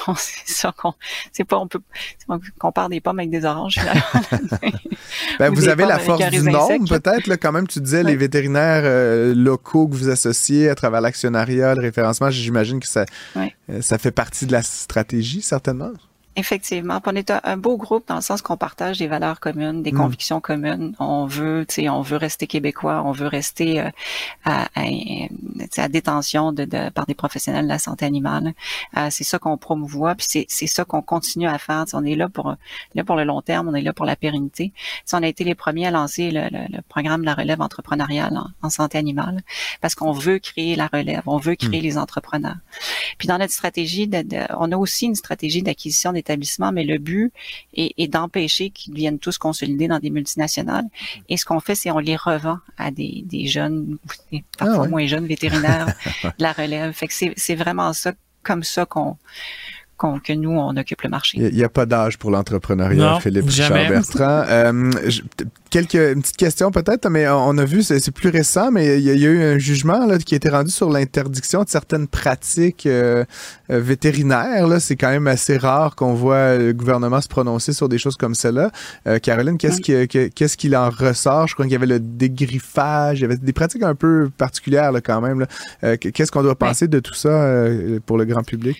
G: fond, c'est ça qu'on, c'est pas, on peut, c'est pas qu'on compare des pommes avec des oranges, finalement.
E: Ben, vous avez la force du nombre, peut-être, là, quand même, tu disais, oui. Les vétérinaires euh, locaux que vous associez à travers l'actionnariat, le référencement, j'imagine que ça, oui. euh, ça fait partie de la stratégie, certainement.
G: Effectivement. On est un, un beau groupe dans le sens qu'on partage des valeurs communes, des mmh. convictions communes. On veut, tu sais, on veut rester québécois, on veut rester euh, à, à, à détention de, de, par des professionnels de la santé animale. Euh, c'est ça qu'on promouvoit, puis c'est, c'est ça qu'on continue à faire. T'sais, on est là pour là pour le long terme, on est là pour la pérennité. T'sais, on a été les premiers à lancer le, le, le programme de la relève entrepreneuriale en, en santé animale parce qu'on veut créer la relève, on veut créer mmh. les entrepreneurs. Puis dans notre stratégie, de, de, on a aussi une stratégie d'acquisition des établissements, mais le but est, est d'empêcher qu'ils viennent tous consolider dans des multinationales. Et ce qu'on fait, c'est on les revend à des, des jeunes, parfois ah ouais. moins jeunes vétérinaires de la relève. Fait que c'est, c'est vraiment ça, comme ça qu'on Qu'on, que nous, on occupe le marché.
E: Il n'y a, a pas d'âge pour l'entrepreneuriat, non, Philippe Richard-Bertrand. Euh, je, quelques, une petite question peut-être, mais on a vu, c'est, c'est plus récent, mais il y, a, il y a eu un jugement là, qui a été rendu sur l'interdiction de certaines pratiques euh, euh, vétérinaires. Là. C'est quand même assez rare qu'on voit le gouvernement se prononcer sur des choses comme celle-là. Euh, Caroline, qu'est-ce, oui. qui, qu'est-ce qu'il en ressort? Je crois qu'il y avait le dégriffage, il y avait des pratiques un peu particulières là, quand même. Là. Euh, qu'est-ce qu'on doit penser oui. de tout ça euh, pour le grand public?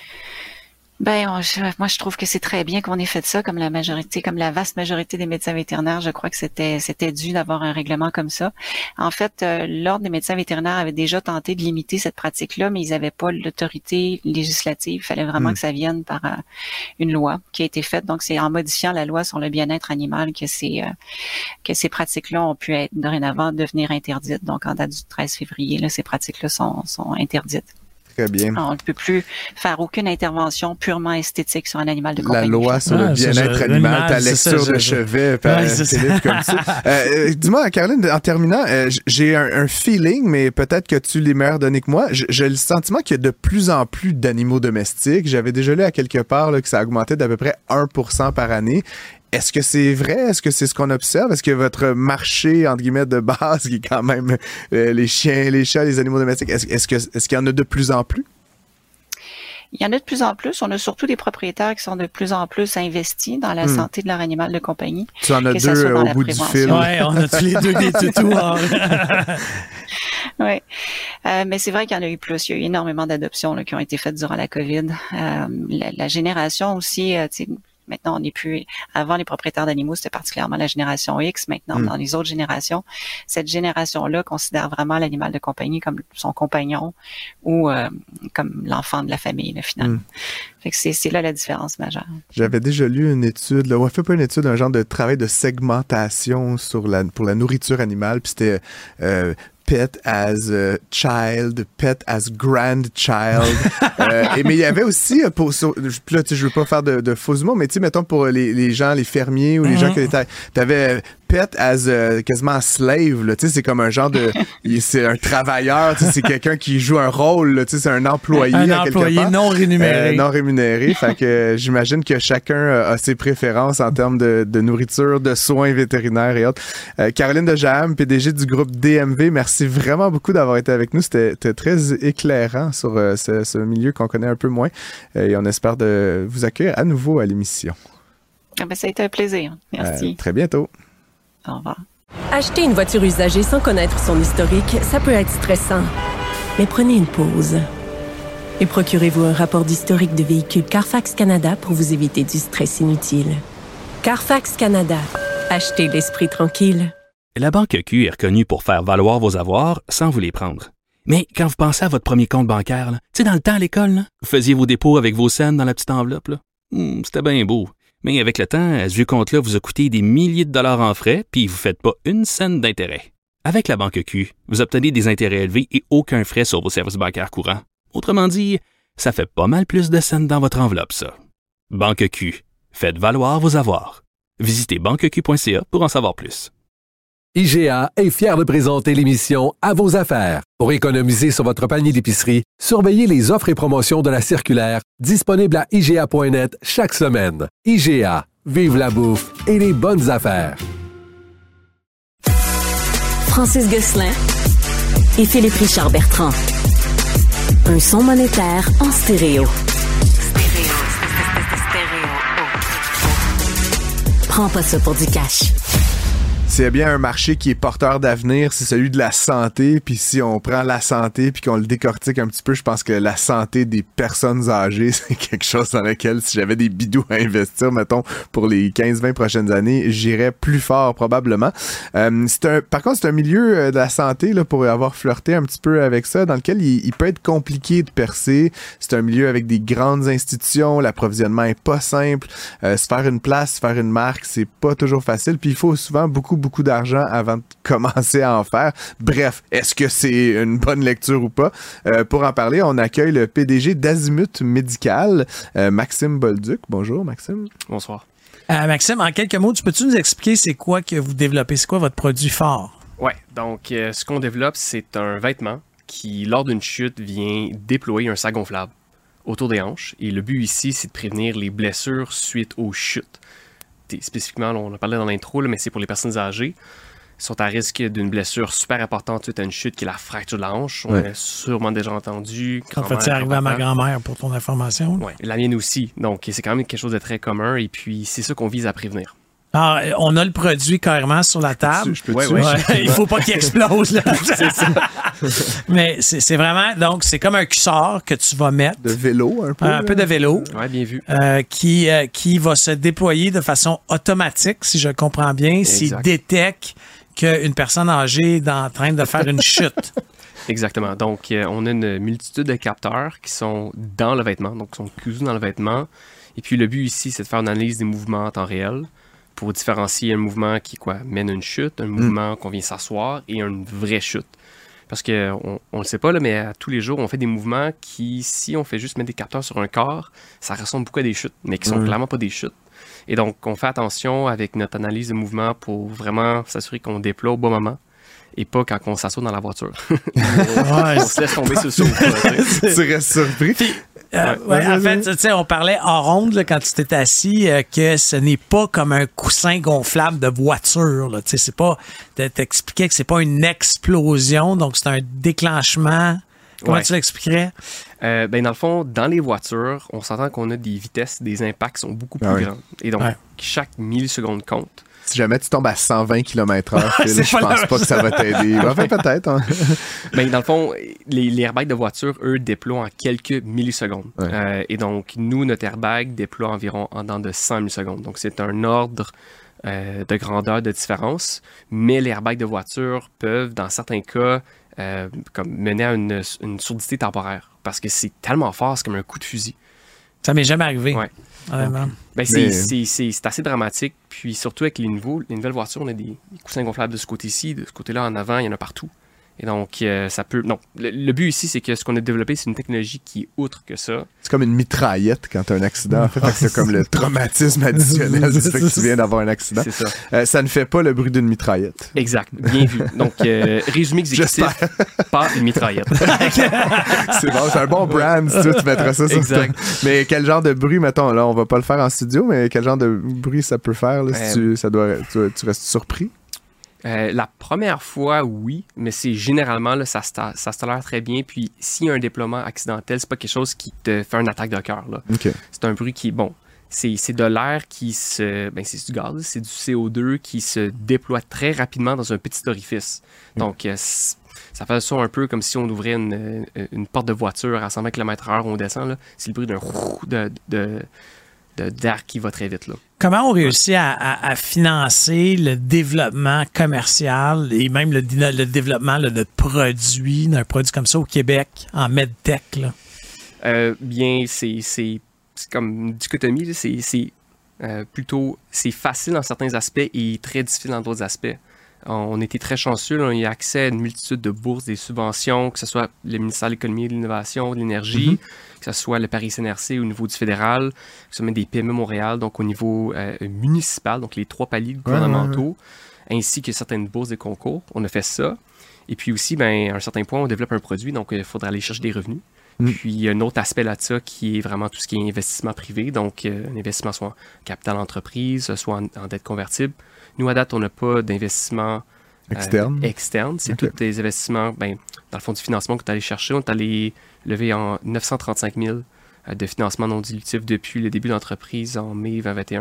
G: Ben, on, je, moi, je trouve que c'est très bien qu'on ait fait ça, comme la majorité, comme la vaste majorité des médecins vétérinaires. Je crois que c'était, c'était dû d'avoir un règlement comme ça. En fait, euh, l'Ordre des médecins vétérinaires avait déjà tenté de limiter cette pratique-là, mais ils n'avaient pas l'autorité législative. Il fallait vraiment mmh. que ça vienne par euh, une loi qui a été faite. Donc, c'est en modifiant la loi sur le bien-être animal que ces, euh, que ces pratiques-là ont pu être dorénavant devenir interdites. Donc, en date du treize février, là, ces pratiques-là sont, sont interdites.
E: Très bien.
G: On ne peut plus faire aucune intervention purement esthétique sur un animal de compagnie.
E: La loi sur ah, le bien-être animal, ta lecture ça, de je... chevet, par ouais, Philippe, comme ça. Euh, dis-moi, Caroline, en terminant, euh, j'ai un, un feeling, mais peut-être que tu l'es meilleure donnée que moi. J'ai le sentiment qu'il y a de plus en plus d'animaux domestiques. J'avais déjà lu à quelque part là, que ça augmentait d'à peu près un pour cent par année. Est-ce que c'est vrai? Est-ce que c'est ce qu'on observe? Est-ce que votre marché, entre guillemets, de base, qui est quand même euh, les chiens, les chats, les animaux domestiques, est-ce, est-ce, que, est-ce qu'il y en a de plus en plus?
G: Il y en a de plus en plus. On a surtout des propriétaires qui sont de plus en plus investis dans la mmh. santé de leur animal de compagnie.
E: Tu en as deux au bout prévention. Du fil.
F: Oui, on a tous les deux des toutous.
G: Oui, euh, mais c'est vrai qu'il y en a eu plus. Il y a eu énormément d'adoptions là, qui ont été faites durant la COVID. Euh, la, la génération aussi, euh, tu sais, maintenant, on n'est plus... Avant, les propriétaires d'animaux, c'était particulièrement la génération X. Maintenant, mmh. dans les autres générations, cette génération-là considère vraiment l'animal de compagnie comme son compagnon ou euh, comme l'enfant de la famille, là, finalement. Mmh. Fait que c'est, c'est là la différence majeure.
E: J'avais déjà lu une étude, là, on a fait pas une étude, un genre de travail de segmentation sur la, pour la nourriture animale, puis c'était... Euh, pet as a child, pet as grandchild. euh, et, mais il y avait aussi, pour, sur, là, tu sais, je veux pas faire de, de faux mots, mais tu sais, mettons pour les, les gens, les fermiers ou les mm-hmm. gens qui étaient, t'avais pet as a, quasiment un slave, là, tu sais, c'est comme un genre de, c'est un travailleur, tu sais, c'est quelqu'un qui joue un rôle, là, tu sais, c'est un employé.
F: Un
E: à
F: employé part, non rémunéré.
E: Euh, non rémunéré. Fait que euh, j'imagine que chacun a ses préférences en termes de, de nourriture, de soins vétérinaires et autres. Euh, Caroline Dejaham, P D G du groupe D M V, merci vraiment beaucoup d'avoir été avec nous. C'était, c'était très éclairant sur euh, ce, ce milieu qu'on connaît un peu moins. Euh, et on espère de vous accueillir à nouveau à l'émission.
G: Ah ben, ça a été un plaisir. Merci.
E: Euh, très bientôt.
G: Au revoir.
A: Acheter une voiture usagée sans connaître son historique, ça peut être stressant. Mais prenez une pause. Et procurez-vous un rapport d'historique de véhicule Carfax Canada pour vous éviter du stress inutile. Carfax Canada. Achetez l'esprit tranquille.
B: La Banque Q est reconnue pour faire valoir vos avoirs sans vous les prendre. Mais quand vous pensez à votre premier compte bancaire, tu sais, dans le temps à l'école, là, vous faisiez vos dépôts avec vos scènes dans la petite enveloppe. Là. Hum, c'était bien beau. Mais avec le temps, ce vieux compte-là vous a coûté des milliers de dollars en frais, puis vous ne faites pas une scène d'intérêt. Avec la Banque Q, vous obtenez des intérêts élevés et aucun frais sur vos services bancaires courants. Autrement dit, ça fait pas mal plus de scènes dans votre enveloppe, ça. Banque Q. Faites valoir vos avoirs. Visitez banque q point c a pour en savoir plus.
C: I G A est fier de présenter l'émission À vos affaires. Pour économiser sur votre panier d'épicerie, surveillez les offres et promotions de la circulaire disponible à I G A point net chaque semaine. I G A, vive la bouffe et les bonnes affaires.
D: Francis Gosselin et Philippe Richard-Bertrand. Un son monétaire en stéréo. Stéréo. Prends pas ça pour du cash.
E: S'il y a bien un marché qui est porteur d'avenir, c'est celui de la santé. Puis si on prend la santé puis qu'on le décortique un petit peu, je pense que la santé des personnes âgées, c'est quelque chose dans lequel, si j'avais des bidous à investir, mettons, pour les quinze vingt prochaines années, j'irais plus fort probablement. Euh, c'est un, par contre, c'est un milieu de la santé, là, pour avoir flirté un petit peu avec ça, dans lequel il, il peut être compliqué de percer. C'est un milieu avec des grandes institutions, l'approvisionnement est pas simple. Euh, se faire une place, se faire une marque, c'est pas toujours facile. Puis il faut souvent beaucoup beaucoup d'argent avant de commencer à en faire. Bref, est-ce que c'est une bonne lecture ou pas? Euh, pour en parler, on accueille le P D G d'Azimut Médical, euh, Maxime Bolduc. Bonjour, Maxime.
H: Bonsoir.
F: Euh, Maxime, en quelques mots, tu peux-tu nous expliquer c'est quoi que vous développez? C'est quoi votre produit fort?
H: Oui, donc euh, ce qu'on développe, c'est un vêtement qui, lors d'une chute, vient déployer un sac gonflable autour des hanches. Et le but ici, c'est de prévenir les blessures suite aux chutes. Spécifiquement, là, on en parlait dans l'intro, là, mais c'est pour les personnes âgées qui sont à risque d'une blessure super importante suite à une chute qui est la fracture de la hanche. On
E: ouais.
H: a sûrement déjà entendu.
F: En fait, c'est arrivé à ma grand-mère pour ton information.
H: Oui, la mienne aussi. Donc, c'est quand même quelque chose de très commun et puis c'est ça qu'on vise à prévenir.
F: Ah, on a le produit carrément sur la table.
E: Je peux
H: ouais,
F: ouais, ouais. Il faut pas qu'il explose. Là.
H: C'est ça.
F: Mais c'est, c'est vraiment... Donc, c'est comme un cuissard que tu vas mettre.
E: De vélo, un peu.
F: Un peu de vélo.
H: Oui, bien vu.
F: Euh, qui, euh, qui va se déployer de façon automatique, si je comprends bien, s'il détecte qu'une personne âgée est en train de faire une chute.
H: Exactement. Donc, euh, on a une multitude de capteurs qui sont dans le vêtement, donc qui sont cousus dans le vêtement. Et puis, le but ici, c'est de faire une analyse des mouvements en temps réel pour différencier un mouvement qui quoi, mène à une chute, un mouvement mm. qu'on vient s'asseoir et une vraie chute. Parce qu'on ne le sait pas, là, mais à tous les jours, on fait des mouvements qui, si on fait juste mettre des capteurs sur un corps, ça ressemble beaucoup à des chutes, mais qui sont mm. clairement pas des chutes. Et donc, on fait attention avec notre analyse de mouvement pour vraiment s'assurer qu'on déploie au bon moment et pas quand on s'assoit dans la voiture. on, on se laisse tomber sur le sofa.
E: Tu restes surpris.
F: Euh, ouais, en fait, tu sais, on parlait en ronde là, quand tu t'étais assis euh, que ce n'est pas comme un coussin gonflable de voiture. Tu sais, c'est pas. T'expliquais que c'est pas une explosion, donc c'est un déclenchement. Comment ouais. tu l'expliquerais?
H: Euh, ben dans le fond, dans les voitures, on s'entend qu'on a des vitesses, des impacts qui sont beaucoup plus ah oui. grands. Et donc, ouais. chaque milliseconde compte.
E: Si jamais tu tombes à cent vingt kilomètres heure, je pense pas que ça va t'aider. Enfin, peut-être. Hein.
H: Ben, dans le fond, les, les airbags de voiture, eux, déploient en quelques millisecondes. Ouais. Euh, et donc, nous, notre airbag déploie environ en dans de cent millisecondes. Donc, c'est un ordre euh, de grandeur de différence. Mais les airbags de voiture peuvent, dans certains cas, euh, comme mener à une, une surdité temporaire. Parce que c'est tellement fort, c'est comme un coup de fusil.
F: Ça m'est jamais arrivé.
H: Ouais.
F: Vraiment.
H: Ben, c'est, Mais... c'est, c'est, c'est assez dramatique. Puis surtout avec les, nouveaux, les nouvelles voitures, on a des, des coussins gonflables de ce côté-ci, de ce côté-là en avant, il y en a partout. Et donc, euh, ça peut... Non, le, le but ici, c'est que ce qu'on a développé, c'est une technologie qui est outre que ça.
E: C'est comme une mitraillette quand tu as un accident. En fait, c'est comme le traumatisme additionnel du fait que tu viens d'avoir un accident. C'est ça. Euh, ça ne fait pas le bruit d'une mitraillette.
H: Exact. Bien vu. Donc, euh, résumé exécutif, pas une mitraillette.
E: C'est bon, c'est un bon brand, si tu, tu mettras ça sur exact. Ton... Mais quel genre de bruit, mettons, là, on va pas le faire en studio, mais quel genre de bruit ça peut faire, là, si euh... tu, ça doit, tu, tu restes surpris?
H: Euh, la première fois, oui, mais c'est généralement, là, ça, ça, ça se tolère très bien. Puis, s'il y a un déploiement accidentel, c'est pas quelque chose qui te fait une attaque de cœur. Là.
E: Okay.
H: C'est un bruit qui est bon. C'est, c'est de l'air qui se... Ben, c'est du gaz, c'est du C O deux qui se déploie très rapidement dans un petit orifice. Mm. Donc, euh, ça fait ça un peu comme si on ouvrait une, une porte de voiture à cent vingt kilomètres heure, on descend. Là. C'est le bruit d'un de, de, de, d'air qui va très vite. Là.
F: Comment on réussit à, à, à financer le développement commercial et même le, le développement là, de produits, d'un produit comme ça au Québec, en medtech? Là?
H: Euh, bien, c'est, c'est, c'est comme une dichotomie. C'est, c'est euh, plutôt c'est facile dans certains aspects et très difficile dans d'autres aspects. On était très chanceux. Là, on a eu accès à une multitude de bourses, des subventions, que ce soit le ministère de l'Économie et de l'Innovation, de l'Énergie, mm-hmm. que ce soit le Paris C N R C au niveau du fédéral, que ce soit même des P M E Montréal, donc au niveau euh, municipal, donc les trois paliers gouvernementaux, ouais, ouais, ouais. ainsi que certaines bourses de concours. On a fait ça. Et puis aussi, ben, à un certain point, on développe un produit, donc il faudra aller chercher des revenus. Mm. Puis il y a un autre aspect là-dessus qui est vraiment tout ce qui est investissement privé, donc euh, un investissement soit en capital entreprise, soit en, en dette convertible. Nous, à date, on n'a pas d'investissement euh,
E: externe.
H: externe. C'est okay. tous des investissements, ben, dans le fond du financement que tu es allé chercher. On est allé lever en neuf cent trente-cinq mille euh, de financement non dilutif depuis le début de l'entreprise en mai vingt vingt et un.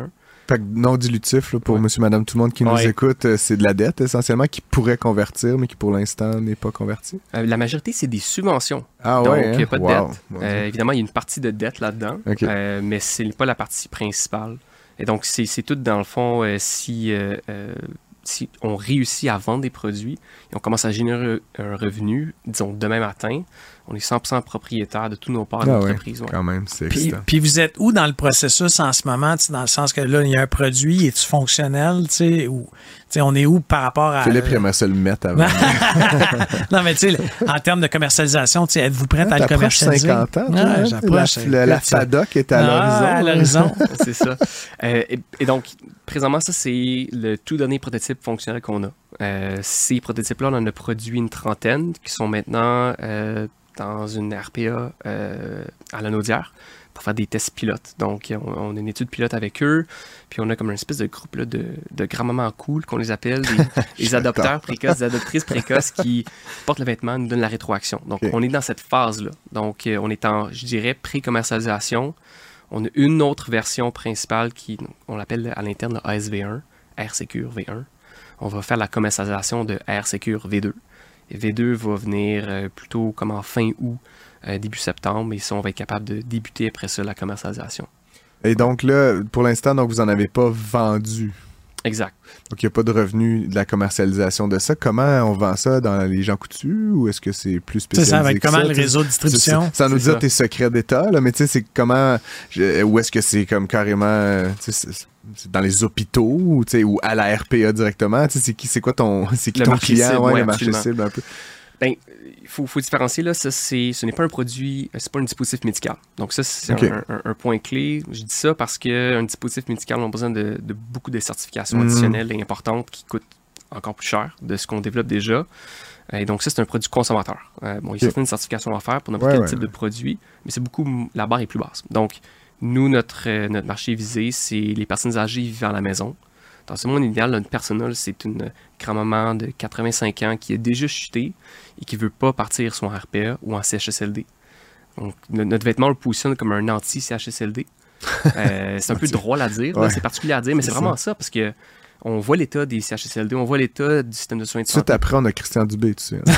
E: Fait que non dilutif, là, pour
H: Ouais.
E: monsieur, madame, tout le monde qui nous
H: Ouais.
E: écoute, c'est de la dette essentiellement qui pourrait convertir, mais qui pour l'instant n'est pas convertie.
H: Euh, la majorité, c'est des subventions.
E: Ah
H: Donc,
E: ouais,
H: il
E: hein?
H: n'y a pas de
E: Wow.
H: dette.
E: Mon Dieu.
H: Euh, évidemment, il y a une partie de dette là-dedans,
E: Ok.
H: euh, mais ce n'est pas la partie principale. Et donc, c'est c'est tout dans le fond, euh, si, euh, euh, si on réussit à vendre des produits et on commence à générer un revenu, disons demain matin, on est cent pour cent propriétaire de tous nos parts
E: Ah ouais,
H: d'entreprise. Ouais.
E: quand même, c'est
F: Puis,
E: excitant.
F: puis vous êtes où dans le processus en ce moment, tu sais, dans le sens que là, il y a un produit, est-tu fonctionnel, tu sais, ou tu sais, on est où par rapport à...
E: Philippe, il aimerait ça le mettre avant.
F: Non, mais tu sais, en termes de commercialisation, tu sais, êtes-vous prête à le
E: T'approches
F: commercialiser?
E: cinquante ans, toi,
F: Ouais,
E: hein?
F: j'approche.
E: La, la, la
F: Écoute, ça-
E: FADOC est à
F: Ah,
E: l'horizon.
F: à
E: là.
F: l'horizon.
H: C'est ça. Euh, et, et donc, présentement, ça, c'est le tout dernier prototype fonctionnel qu'on a. Euh, ces prototypes-là, on en a produit une trentaine qui sont maintenant euh, dans une R P A euh, à la Naudière pour faire des tests pilotes. Donc, on, on a une étude pilote avec eux, puis on a comme une espèce de groupe là, de, de grand-mamans cool, qu'on les appelle, des, des adopteurs précoces, des adoptrices précoces qui portent le vêtement, nous donnent la rétroaction. Donc,
E: Ok.
H: on est dans cette phase-là. Donc, euh, on est en, je dirais, pré-commercialisation. On a une autre version principale qui, on l'appelle à l'interne le A S V un, Air Secure V un. On va faire la commercialisation de Air Secure V deux. Et V deux va venir euh, plutôt comme en fin août, euh, début septembre, et ça, on va être capable de débuter après ça la commercialisation.
E: Et donc là, pour l'instant, donc vous n'en avez pas vendu.
H: Exact.
E: Donc, il n'y a pas de revenu de la commercialisation de ça. Comment on vend ça dans les gens coutus ou est-ce que c'est plus
F: Tu sais,
E: spécialisé
F: ça va être
E: que
F: comment
E: ça,
F: le
E: tu sais?
F: réseau de distribution?
E: C'est- c'est- Sans nous
H: C'est
E: dire
H: ça.
E: tes secrets d'État, là, mais tu sais, c'est comment... je- Ou est-ce que c'est comme carrément... euh, tu sais, c'est- c'est dans les hôpitaux ou, tu sais, ou à la R P A directement? Tu sais, c'est qui, c'est quoi ton, c'est qui
H: Le
E: ton
H: marché
E: client?
H: cible,
E: ouais,
H: ouais,
E: le marché
H: absolument.
E: cible un peu.
H: Ben, il faut, faut différencier, là, ça, c'est, ce n'est pas un produit, c'est pas un dispositif médical. Donc ça, c'est
E: Ok.
H: un, un- un point clé. Je dis ça parce qu'un dispositif médical, on a besoin de, de beaucoup de certifications
E: Mm.
H: additionnelles et importantes qui coûtent encore plus cher de ce qu'on développe déjà. Et donc ça, c'est un produit consommateur. Euh, bon, il y a
E: Ok.
H: certaines certifications à faire pour n'importe
E: Ouais,
H: quel
E: ouais,
H: type
E: ouais.
H: de produit, mais c'est beaucoup, la barre est plus basse. Donc, nous, notre, euh, notre marché visé, c'est les personnes âgées vivant à la maison. Dans ce monde idéal, là, une personne, là, c'est une grand-maman de quatre-vingt-cinq ans qui a déjà chuté et qui ne veut pas partir soit en R P A ou en C H S L D. Donc, no- notre vêtement le positionne comme un anti-C H S L D. Euh, c'est un peu drôle à dire, là,
E: Ouais.
H: c'est particulier à dire, mais c'est
E: C'est
H: vraiment ça, parce que on voit l'état des C H S L D, on voit l'état du système de soins de
E: Tout de suite
H: santé.
E: après, on a Christian Dubé, tu sais.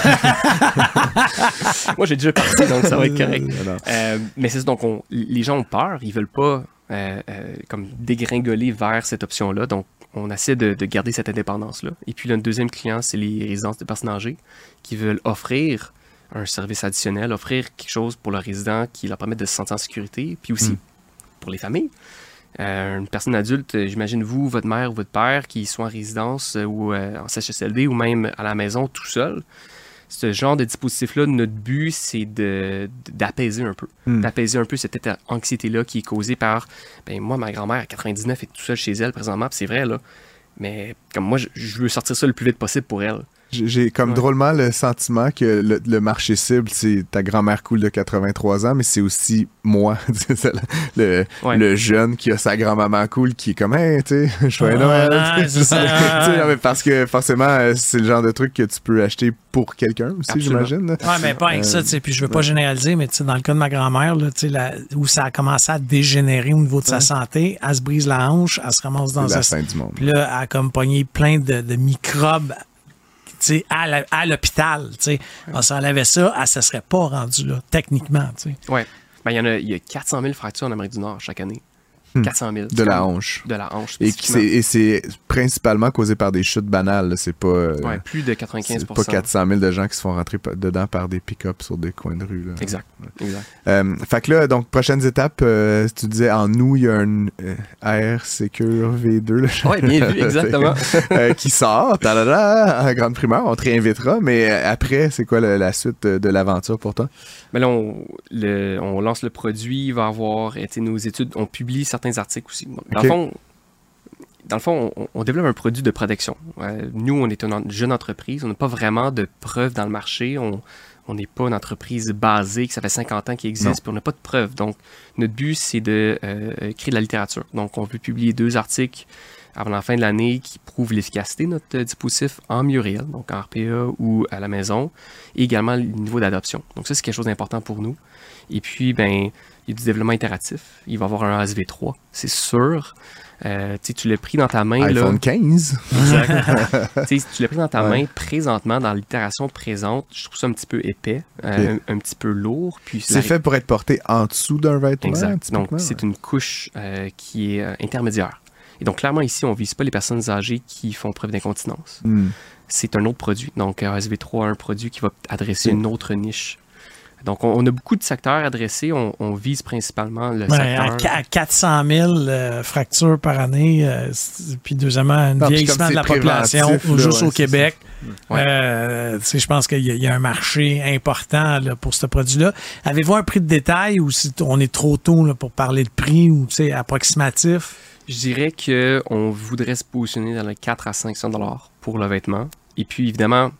H: Moi, j'ai déjà parti, donc ça va être correct.
E: Alors,
H: Euh, mais c'est ça, donc on- les gens ont peur, ils veulent pas euh, euh, comme dégringoler vers cette option-là, donc on essaie de, de garder cette indépendance-là. Et puis le deuxième client, c'est les résidences de personnes âgées qui veulent offrir un service additionnel, offrir quelque chose pour leurs résidents qui leur permette de se sentir en sécurité, puis aussi
E: Mm.
H: pour les familles. Euh, une personne adulte, euh, j'imagine vous, votre mère ou votre père qui sont en résidence euh, ou euh, en C H S L D ou même à la maison tout seul. Ce genre de dispositif-là, notre but, c'est de, d'apaiser un peu.
E: Mm.
H: D'apaiser un peu cette état- anxiété-là qui est causée par... Ben moi, ma grand-mère à quatre-vingt-dix-neuf est toute seule chez elle présentement, puis c'est vrai, là. Mais comme moi, je, je veux sortir ça le plus vite possible pour elle.
E: J'ai j'ai comme
H: Ouais.
E: drôlement le sentiment que le, le marché cible, c'est ta grand-mère cool de quatre-vingt-trois ans, mais c'est aussi moi, c'est ça, le,
H: Ouais.
E: le jeune qui a sa grand-maman cool qui est comme, hey, tu sais, joyeux
F: Ah,
E: Noël.
F: ouais,
E: tu sais,
F: c'est ça.
E: tu sais, non, mais parce que forcément, euh, c'est le genre de truc que tu peux acheter pour quelqu'un aussi,
H: Absolument.
E: j'imagine. là.
F: Ouais, mais pas avec ça,
E: Euh,
F: tu sais. Puis je veux pas généraliser, mais tu sais, dans le cas de ma grand-mère, là, tu sais, la- où ça a commencé à dégénérer au niveau de sa santé, elle se brise la hanche, elle se ramasse dans
E: C'est
F: un.
E: la fin du monde.
F: Puis là, elle a comme pogné plein de, de microbes, tu sais, à, la- à l'hôpital, tu sais. On s'enlevait ça, elle se serait pas rendue là, techniquement, tu sais.
H: Ouais. Ben, il y en a, il y a quatre cent mille fractures en Amérique du Nord chaque année.
E: Hmm.
H: quatre cent mille.
E: De la hanche.
H: De la hanche.
E: Et, qui- c'est, et c'est principalement causé par des chutes banales. là. C'est pas, euh,
H: Ouais, plus de quatre-vingt-quinze
E: c'est
H: pour
E: pas
H: cent.
E: quatre cent mille de gens qui se font rentrer pa- dedans par des pick-up sur des coins de rue. Là.
H: Exact. Exact.
E: Euh, fait que là, donc, prochaines étapes, euh, tu disais en août, il y a un euh, Air Secure V deux là,
H: Ouais, bien vu, exactement.
E: euh, qui sort, ta-da-da, en grande primeur, on te réinvitera, mais euh, après, c'est quoi le- la suite de, de l'aventure pour toi?
H: Mais là, on, le- on lance le produit, il va y avoir tu sais, nos études, on publie certains articles aussi. Donc, dans,
E: Ok.
H: le fond, dans le fond, on, on développe un produit de protection. Euh, nous, on est une en- jeune entreprise, on n'a pas vraiment de preuves dans le marché, on on n'est pas une entreprise basée, que ça fait cinquante ans qu'il
E: Non.
H: existe, puis on n'a pas de preuves. Donc, notre but, c'est de euh, créer de la littérature. Donc, on veut publier deux articles avant la fin de l'année qui prouvent l'efficacité de notre euh, dispositif en milieu réel, donc en R P A ou à la maison, et également le niveau d'adoption. Donc ça, c'est quelque chose d'important pour nous. Et puis, ben, il y a du développement itératif. Il va y avoir un A S V trois, c'est sûr. Euh, tu l'as pris dans ta main.
E: iPhone
H: là.
E: quinze.
H: Exact. tu l'as pris dans ta
E: ouais.
H: main présentement, dans l'itération présente. Je trouve ça un petit peu épais, okay. euh, un, un petit peu lourd. Puis
E: c'est la... fait pour être porté en dessous d'un vêtement.
H: Exact. Donc, ouais. c'est une couche euh, qui est euh, intermédiaire. Et donc, clairement, ici, on ne vise pas les personnes âgées qui font preuve d'incontinence. Mm. C'est un autre produit. Donc, A S V trois a un produit qui va adresser mm. une autre niche. Donc, on, on a beaucoup de secteurs adressés. On, on vise principalement le
F: ouais,
H: secteur...
F: À quatre cent mille euh, fractures par année, euh, puis deuxièmement, un non, vieillissement de la population, là, juste ouais, au Québec. Ouais. Euh, je pense qu'il y, y a un marché important là, pour ce produit-là. Avez-vous un prix de détail ou si on est trop tôt là, pour parler de prix ou approximatif?
H: Je dirais qu'on voudrait se positionner dans les quatre à cinq cents dollars pour le vêtement. Et puis, évidemment...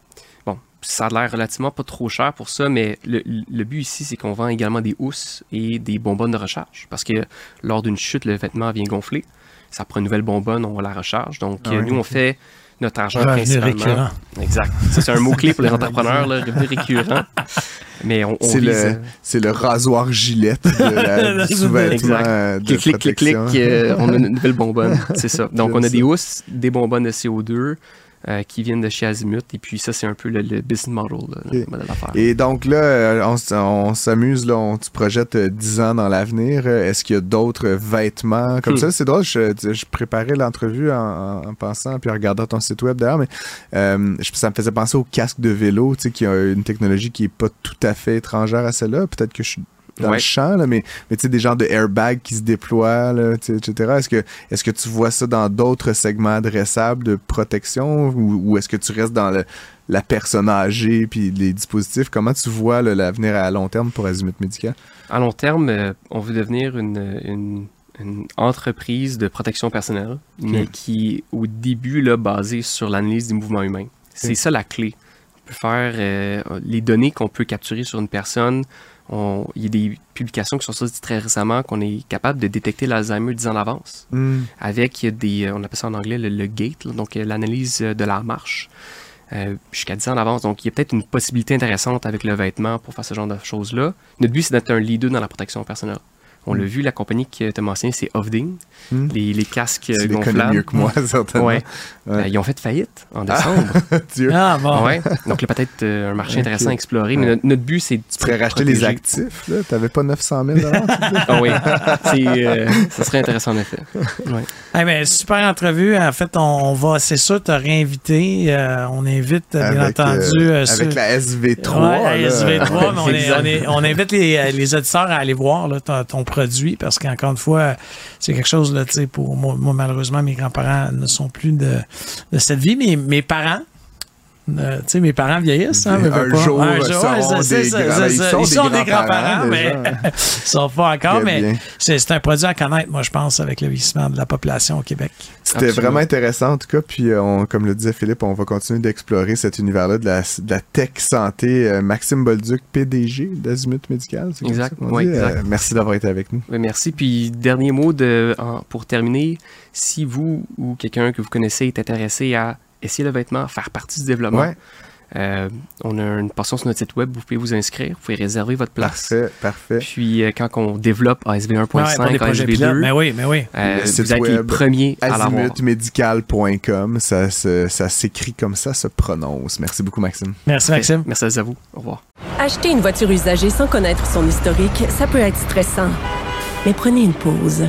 H: Ça a l'air relativement pas trop cher pour ça, mais le, le but ici, c'est qu'on vend également des housses et des bonbonnes de recharge. Parce que lors d'une chute, le vêtement vient gonfler. Ça prend une nouvelle bonbonne, on la recharge. Donc, ah, nous, on fait notre argent
F: revenu
H: principalement.
F: Récurrent.
H: Exact. Ça, c'est un mot-clé pour les entrepreneurs, là, revenu récurrent. Mais on, on
E: c'est,
H: vise...
E: le, c'est le rasoir gilette de la, du sous-vêtement de
H: clic, clic, clic, clic, euh, on a une nouvelle bonbonne. C'est ça. Donc, on a des housses, des bonbonnes de C O deux, Euh, qui viennent de chez Azimut. Et puis ça, c'est un peu le, le business model, là, okay. le modèle d'affaires.
E: Et donc là, on, on s'amuse, là, on, tu projettes dix ans dans l'avenir. Est-ce qu'il y a d'autres vêtements comme hmm. ça? C'est drôle, je, je préparais l'entrevue en, en pensant, puis en regardant ton site web d'ailleurs, mais euh, ça me faisait penser au casque de vélo, tu sais, qui a une technologie qui n'est pas tout à fait étrangère à celle-là. Peut-être que je suis dans ouais. le champ, là, mais, mais tu sais, des genres de airbags qui se déploient, là, et cetera. Est-ce que, est-ce que tu vois ça dans d'autres segments adressables de protection ou, ou est-ce que tu restes dans le, la personne âgée puis les dispositifs? Comment tu vois là, l'avenir à long terme pour Azimut Médical?
H: À long terme, euh, on veut devenir une, une, une entreprise de protection personnelle, okay. mais qui est au début là, basée sur l'analyse des mouvements humains. C'est okay. ça la clé. On peut faire euh, les données qu'on peut capturer sur une personne. On, il y a des publications qui sont sorties très récemment qu'on est capable de détecter l'Alzheimer dix ans d'avance. Mm. Avec des, on appelle ça en anglais le, le gait, là, donc l'analyse de la marche euh, jusqu'à dix ans d'avance. Donc, il y a peut-être une possibilité intéressante avec le vêtement pour faire ce genre de choses-là. Notre but, c'est d'être un leader dans la protection personnelle. On mm. l'a vu, la compagnie que tu as mentionnée, c'est Hovding, mm. les, les casques
E: tu
H: gonflables.
E: Les mieux que moi, certainement.
H: Ouais. Ouais. Euh, ils ont fait faillite en décembre.
E: Ah, Dieu.
F: Ah, bon.
H: Ouais. Donc là, peut-être euh, un marché okay. intéressant à explorer. Ouais. Mais notre, notre but, c'est...
E: Tu pourrais racheter les actifs, là? Tu n'avais pas neuf cent mille dollars?
H: Ah oui. C'est, euh, ça serait intéressant, en effet. Ouais.
F: Hey, ben, super entrevue. En fait, on, on va... C'est ça, tu as réinvité. Euh, on invite, bien avec, entendu...
E: Euh,
F: euh,
E: avec
F: sur...
E: la S V trois.
F: Ouais, la S V trois,
E: ouais.
F: mais on, est, on, est, on invite les, les auditeurs à aller voir là, ton, ton produit parce qu'encore une fois, c'est quelque chose, là, tu sais, pour moi, moi, malheureusement, mes grands-parents ne sont plus de, de cette vie. Mes, mes parents, euh, tu sais, mes parents vieillissent. Hein, mais
E: un,
F: pas.
E: jour,
F: un jour,
E: ouais,
F: c'est, c'est,
E: des
F: c'est,
E: grands,
F: c'est,
E: ils
F: c'est,
E: sont,
F: ils
E: des,
F: sont
E: grands
F: des grands-parents, mais ils sont pas encore.
E: Très
F: mais c'est, c'est un produit à connaître, moi, je pense, avec le vieillissement de la population au Québec.
E: C'était Absolument. vraiment intéressant, en tout cas. Puis, on, comme le disait Philippe, on va continuer d'explorer cet univers-là de la, de la tech santé. Euh, Maxime Bolduc, P D G d'Azimut Médical. C'est
H: exact. Oui, exact.
E: Euh, merci d'avoir été avec nous.
H: Oui, merci. Puis, dernier mot de, en, pour terminer. Si vous ou quelqu'un que vous connaissez est intéressé à essayer le vêtement, faire partie du développement,
E: ouais.
H: Euh, on a une portion sur notre site web, vous pouvez vous inscrire, vous pouvez réserver votre place.
E: Parfait, parfait.
H: Puis euh, quand on développe A S V un point cinq,
F: ouais,
H: A S V deux,
F: mais oui, mais oui.
H: Euh, vous êtes les premiers à l'avoir.
E: azimut médical point com, ça, ça, ça s'écrit comme ça, se prononce. Merci beaucoup, Maxime.
F: Merci, Maxime.
H: Merci à vous. Au revoir.
A: Acheter une voiture usagée sans connaître son historique, ça peut être stressant. Mais prenez une pause.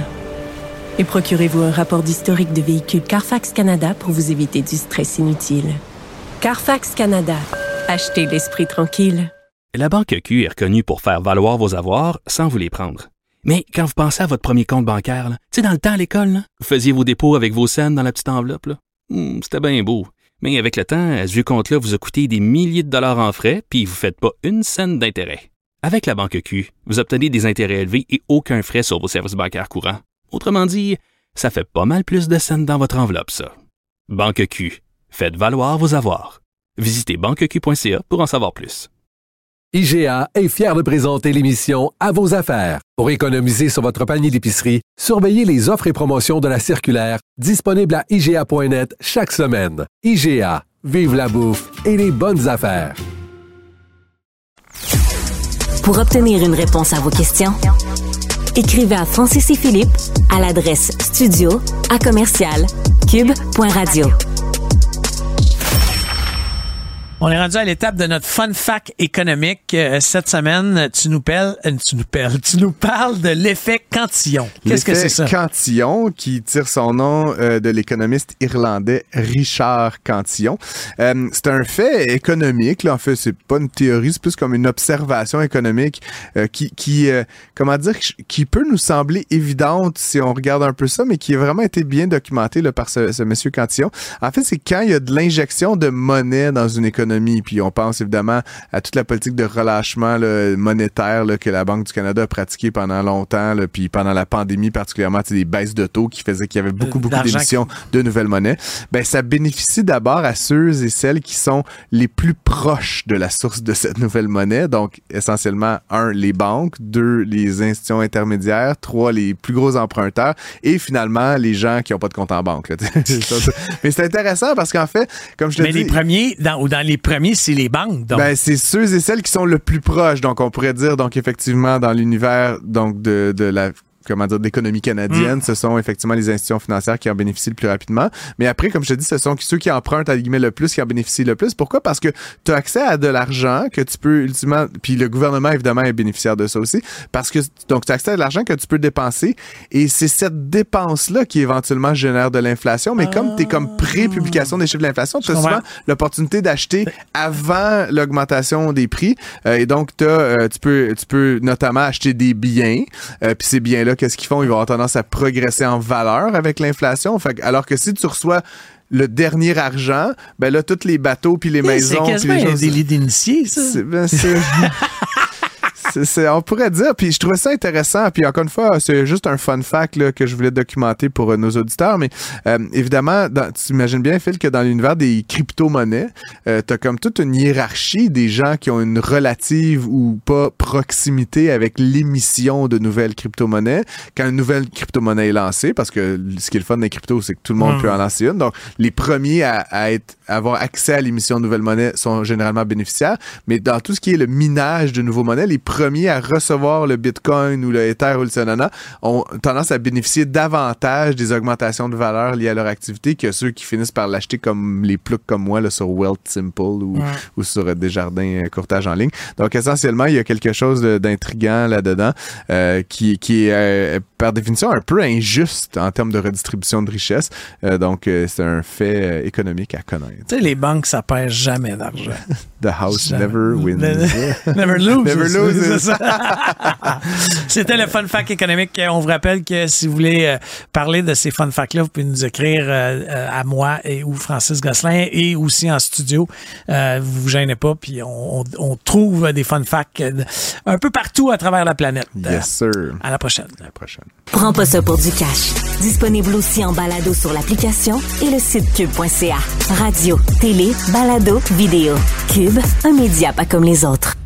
A: Et procurez-vous un rapport d'historique de véhicule Carfax Canada pour vous éviter du stress inutile. Carfax Canada. Achetez l'esprit tranquille.
B: La Banque Q est reconnue pour faire valoir vos avoirs sans vous les prendre. Mais quand vous pensez à votre premier compte bancaire, tu sais, dans le temps à l'école, là, vous faisiez vos dépôts avec vos scènes dans la petite enveloppe. Là. Hum, c'était bien beau. Mais avec le temps, ce vieux compte-là vous a coûté des milliers de dollars en frais, puis vous ne faites pas une scène d'intérêt. Avec la Banque Q, vous obtenez des intérêts élevés et aucun frais sur vos services bancaires courants. Autrement dit, ça fait pas mal plus de scènes dans votre enveloppe, ça. Banque Q. Faites valoir vos avoirs. Visitez banque q point c a pour en savoir plus.
C: I G A est fier de présenter l'émission À vos affaires. Pour économiser sur votre panier d'épicerie, surveillez les offres et promotions de la circulaire disponible à I G A point net chaque semaine. I G A, vive la bouffe et les bonnes affaires.
D: Pour obtenir une réponse à vos questions, écrivez à Francis et Philippe à l'adresse studio à commercial cube point radio.
F: On est rendu à l'étape de notre fun fact économique. Euh, cette semaine, tu nous pelles, euh, tu nous pelles, tu nous parles de l'effet Cantillon. Qu'est-ce que c'est ça?
E: L'effet Cantillon, qui tire son nom euh, de l'économiste irlandais Richard Cantillon. Euh, c'est un fait économique, là. En fait, c'est pas une théorie, c'est plus comme une observation économique euh, qui, qui euh, comment dire, qui peut nous sembler évidente si on regarde un peu ça, mais qui a vraiment été bien documentée là, par ce, ce monsieur Cantillon. En fait, c'est quand il y a de l'injection de monnaie dans une économie. Puis on pense évidemment à toute la politique de relâchement là, monétaire là, que la Banque du Canada a pratiquée pendant longtemps, là, puis pendant la pandémie particulièrement, des baisses de taux qui faisaient qu'il y avait beaucoup, beaucoup d'émissions qui... de nouvelles monnaies. Ben, ça bénéficie d'abord à ceux et celles qui sont les plus proches de la source de cette nouvelle monnaie. Donc, essentiellement, un, les banques, deux, les institutions intermédiaires, trois, les plus gros emprunteurs et finalement, les gens qui n'ont pas de compte en banque. Là. Mais c'est intéressant parce qu'en fait, comme je te
F: Mais
E: dis...
F: les premiers, dans, ou dans les premiers, c'est les banques. Donc.
E: Ben, c'est ceux et celles qui sont le plus proches. Donc, on pourrait dire, donc, effectivement, dans l'univers, donc, de, de la, comment dire, d'économie canadienne, mmh. ce sont effectivement les institutions financières qui en bénéficient le plus rapidement. Mais après, comme je te dis, ce sont ceux qui empruntent, à guillemets, le plus, qui en bénéficient le plus. Pourquoi? Parce que tu as accès à de l'argent que tu peux, ultimement, puis le gouvernement, évidemment, est bénéficiaire de ça aussi, parce que, donc, tu as accès à de l'argent que tu peux dépenser, et c'est cette dépense-là qui, éventuellement, génère de l'inflation. Mais ah. comme tu es comme pré-publication des chiffres de l'inflation, tu as souvent l'opportunité d'acheter avant l'augmentation des prix, euh, et donc, t'as, euh, tu peux, tu peux notamment acheter des biens, euh, puis ces biens-là, qu'est-ce qu'ils font? Ils vont avoir tendance à progresser en valeur avec l'inflation. Fait que, alors que si tu reçois le dernier argent, ben là, tous les bateaux puis les
F: hey,
E: maisons...
F: C'est quasiment
E: les
F: un
E: choses...
F: délit d'initié, ça.
E: C'est, ben, c'est... C'est, c'est, on pourrait dire, puis je trouvais ça intéressant, puis encore une fois, c'est juste un fun fact là, que je voulais documenter pour euh, nos auditeurs, mais euh, évidemment, dans, tu imagines bien, Phil, que dans l'univers des crypto-monnaies, euh, t'as comme toute une hiérarchie des gens qui ont une relative ou pas proximité avec l'émission de nouvelles crypto-monnaies. Quand une nouvelle crypto-monnaie est lancée, parce que ce qui est le fun des cryptos, c'est que tout le monde mmh. peut en lancer une, donc les premiers à, à, être, à avoir accès à l'émission de nouvelles monnaies sont généralement bénéficiaires, mais dans tout ce qui est le minage de nouveaux monnaies, les premiers à recevoir le Bitcoin ou le Ether ou le Solana ont tendance à bénéficier davantage des augmentations de valeur liées à leur activité que ceux qui finissent par l'acheter comme les ploucs comme moi là, sur Wealth Simple ou, ouais. ou sur Desjardins Courtage en ligne. Donc essentiellement, il y a quelque chose de, d'intriguant là-dedans euh, qui, qui est euh, par définition un peu injuste en termes de redistribution de richesse. Euh, donc euh, c'est un fait euh, économique à connaître.
F: Tu sais, les banques, ça perd jamais d'argent.
E: The house jamais. never wins.
F: Never lose.
E: Never lose.
F: C'est ça. C'était le fun fact économique. On vous rappelle que si vous voulez euh, parler de ces fun facts-là, vous pouvez nous écrire euh, à moi et ou Francis Gosselin et aussi en studio. Euh, vous vous gênez pas, puis on, on, on trouve des fun facts un peu partout à travers la planète.
E: Yes, sir.
F: À la prochaine.
E: À la prochaine.
D: Prends pas ça pour du cash. Disponible aussi en balado sur l'application et le site cube point c a. Radio, télé, balado, vidéo. Cube, un média pas comme les autres.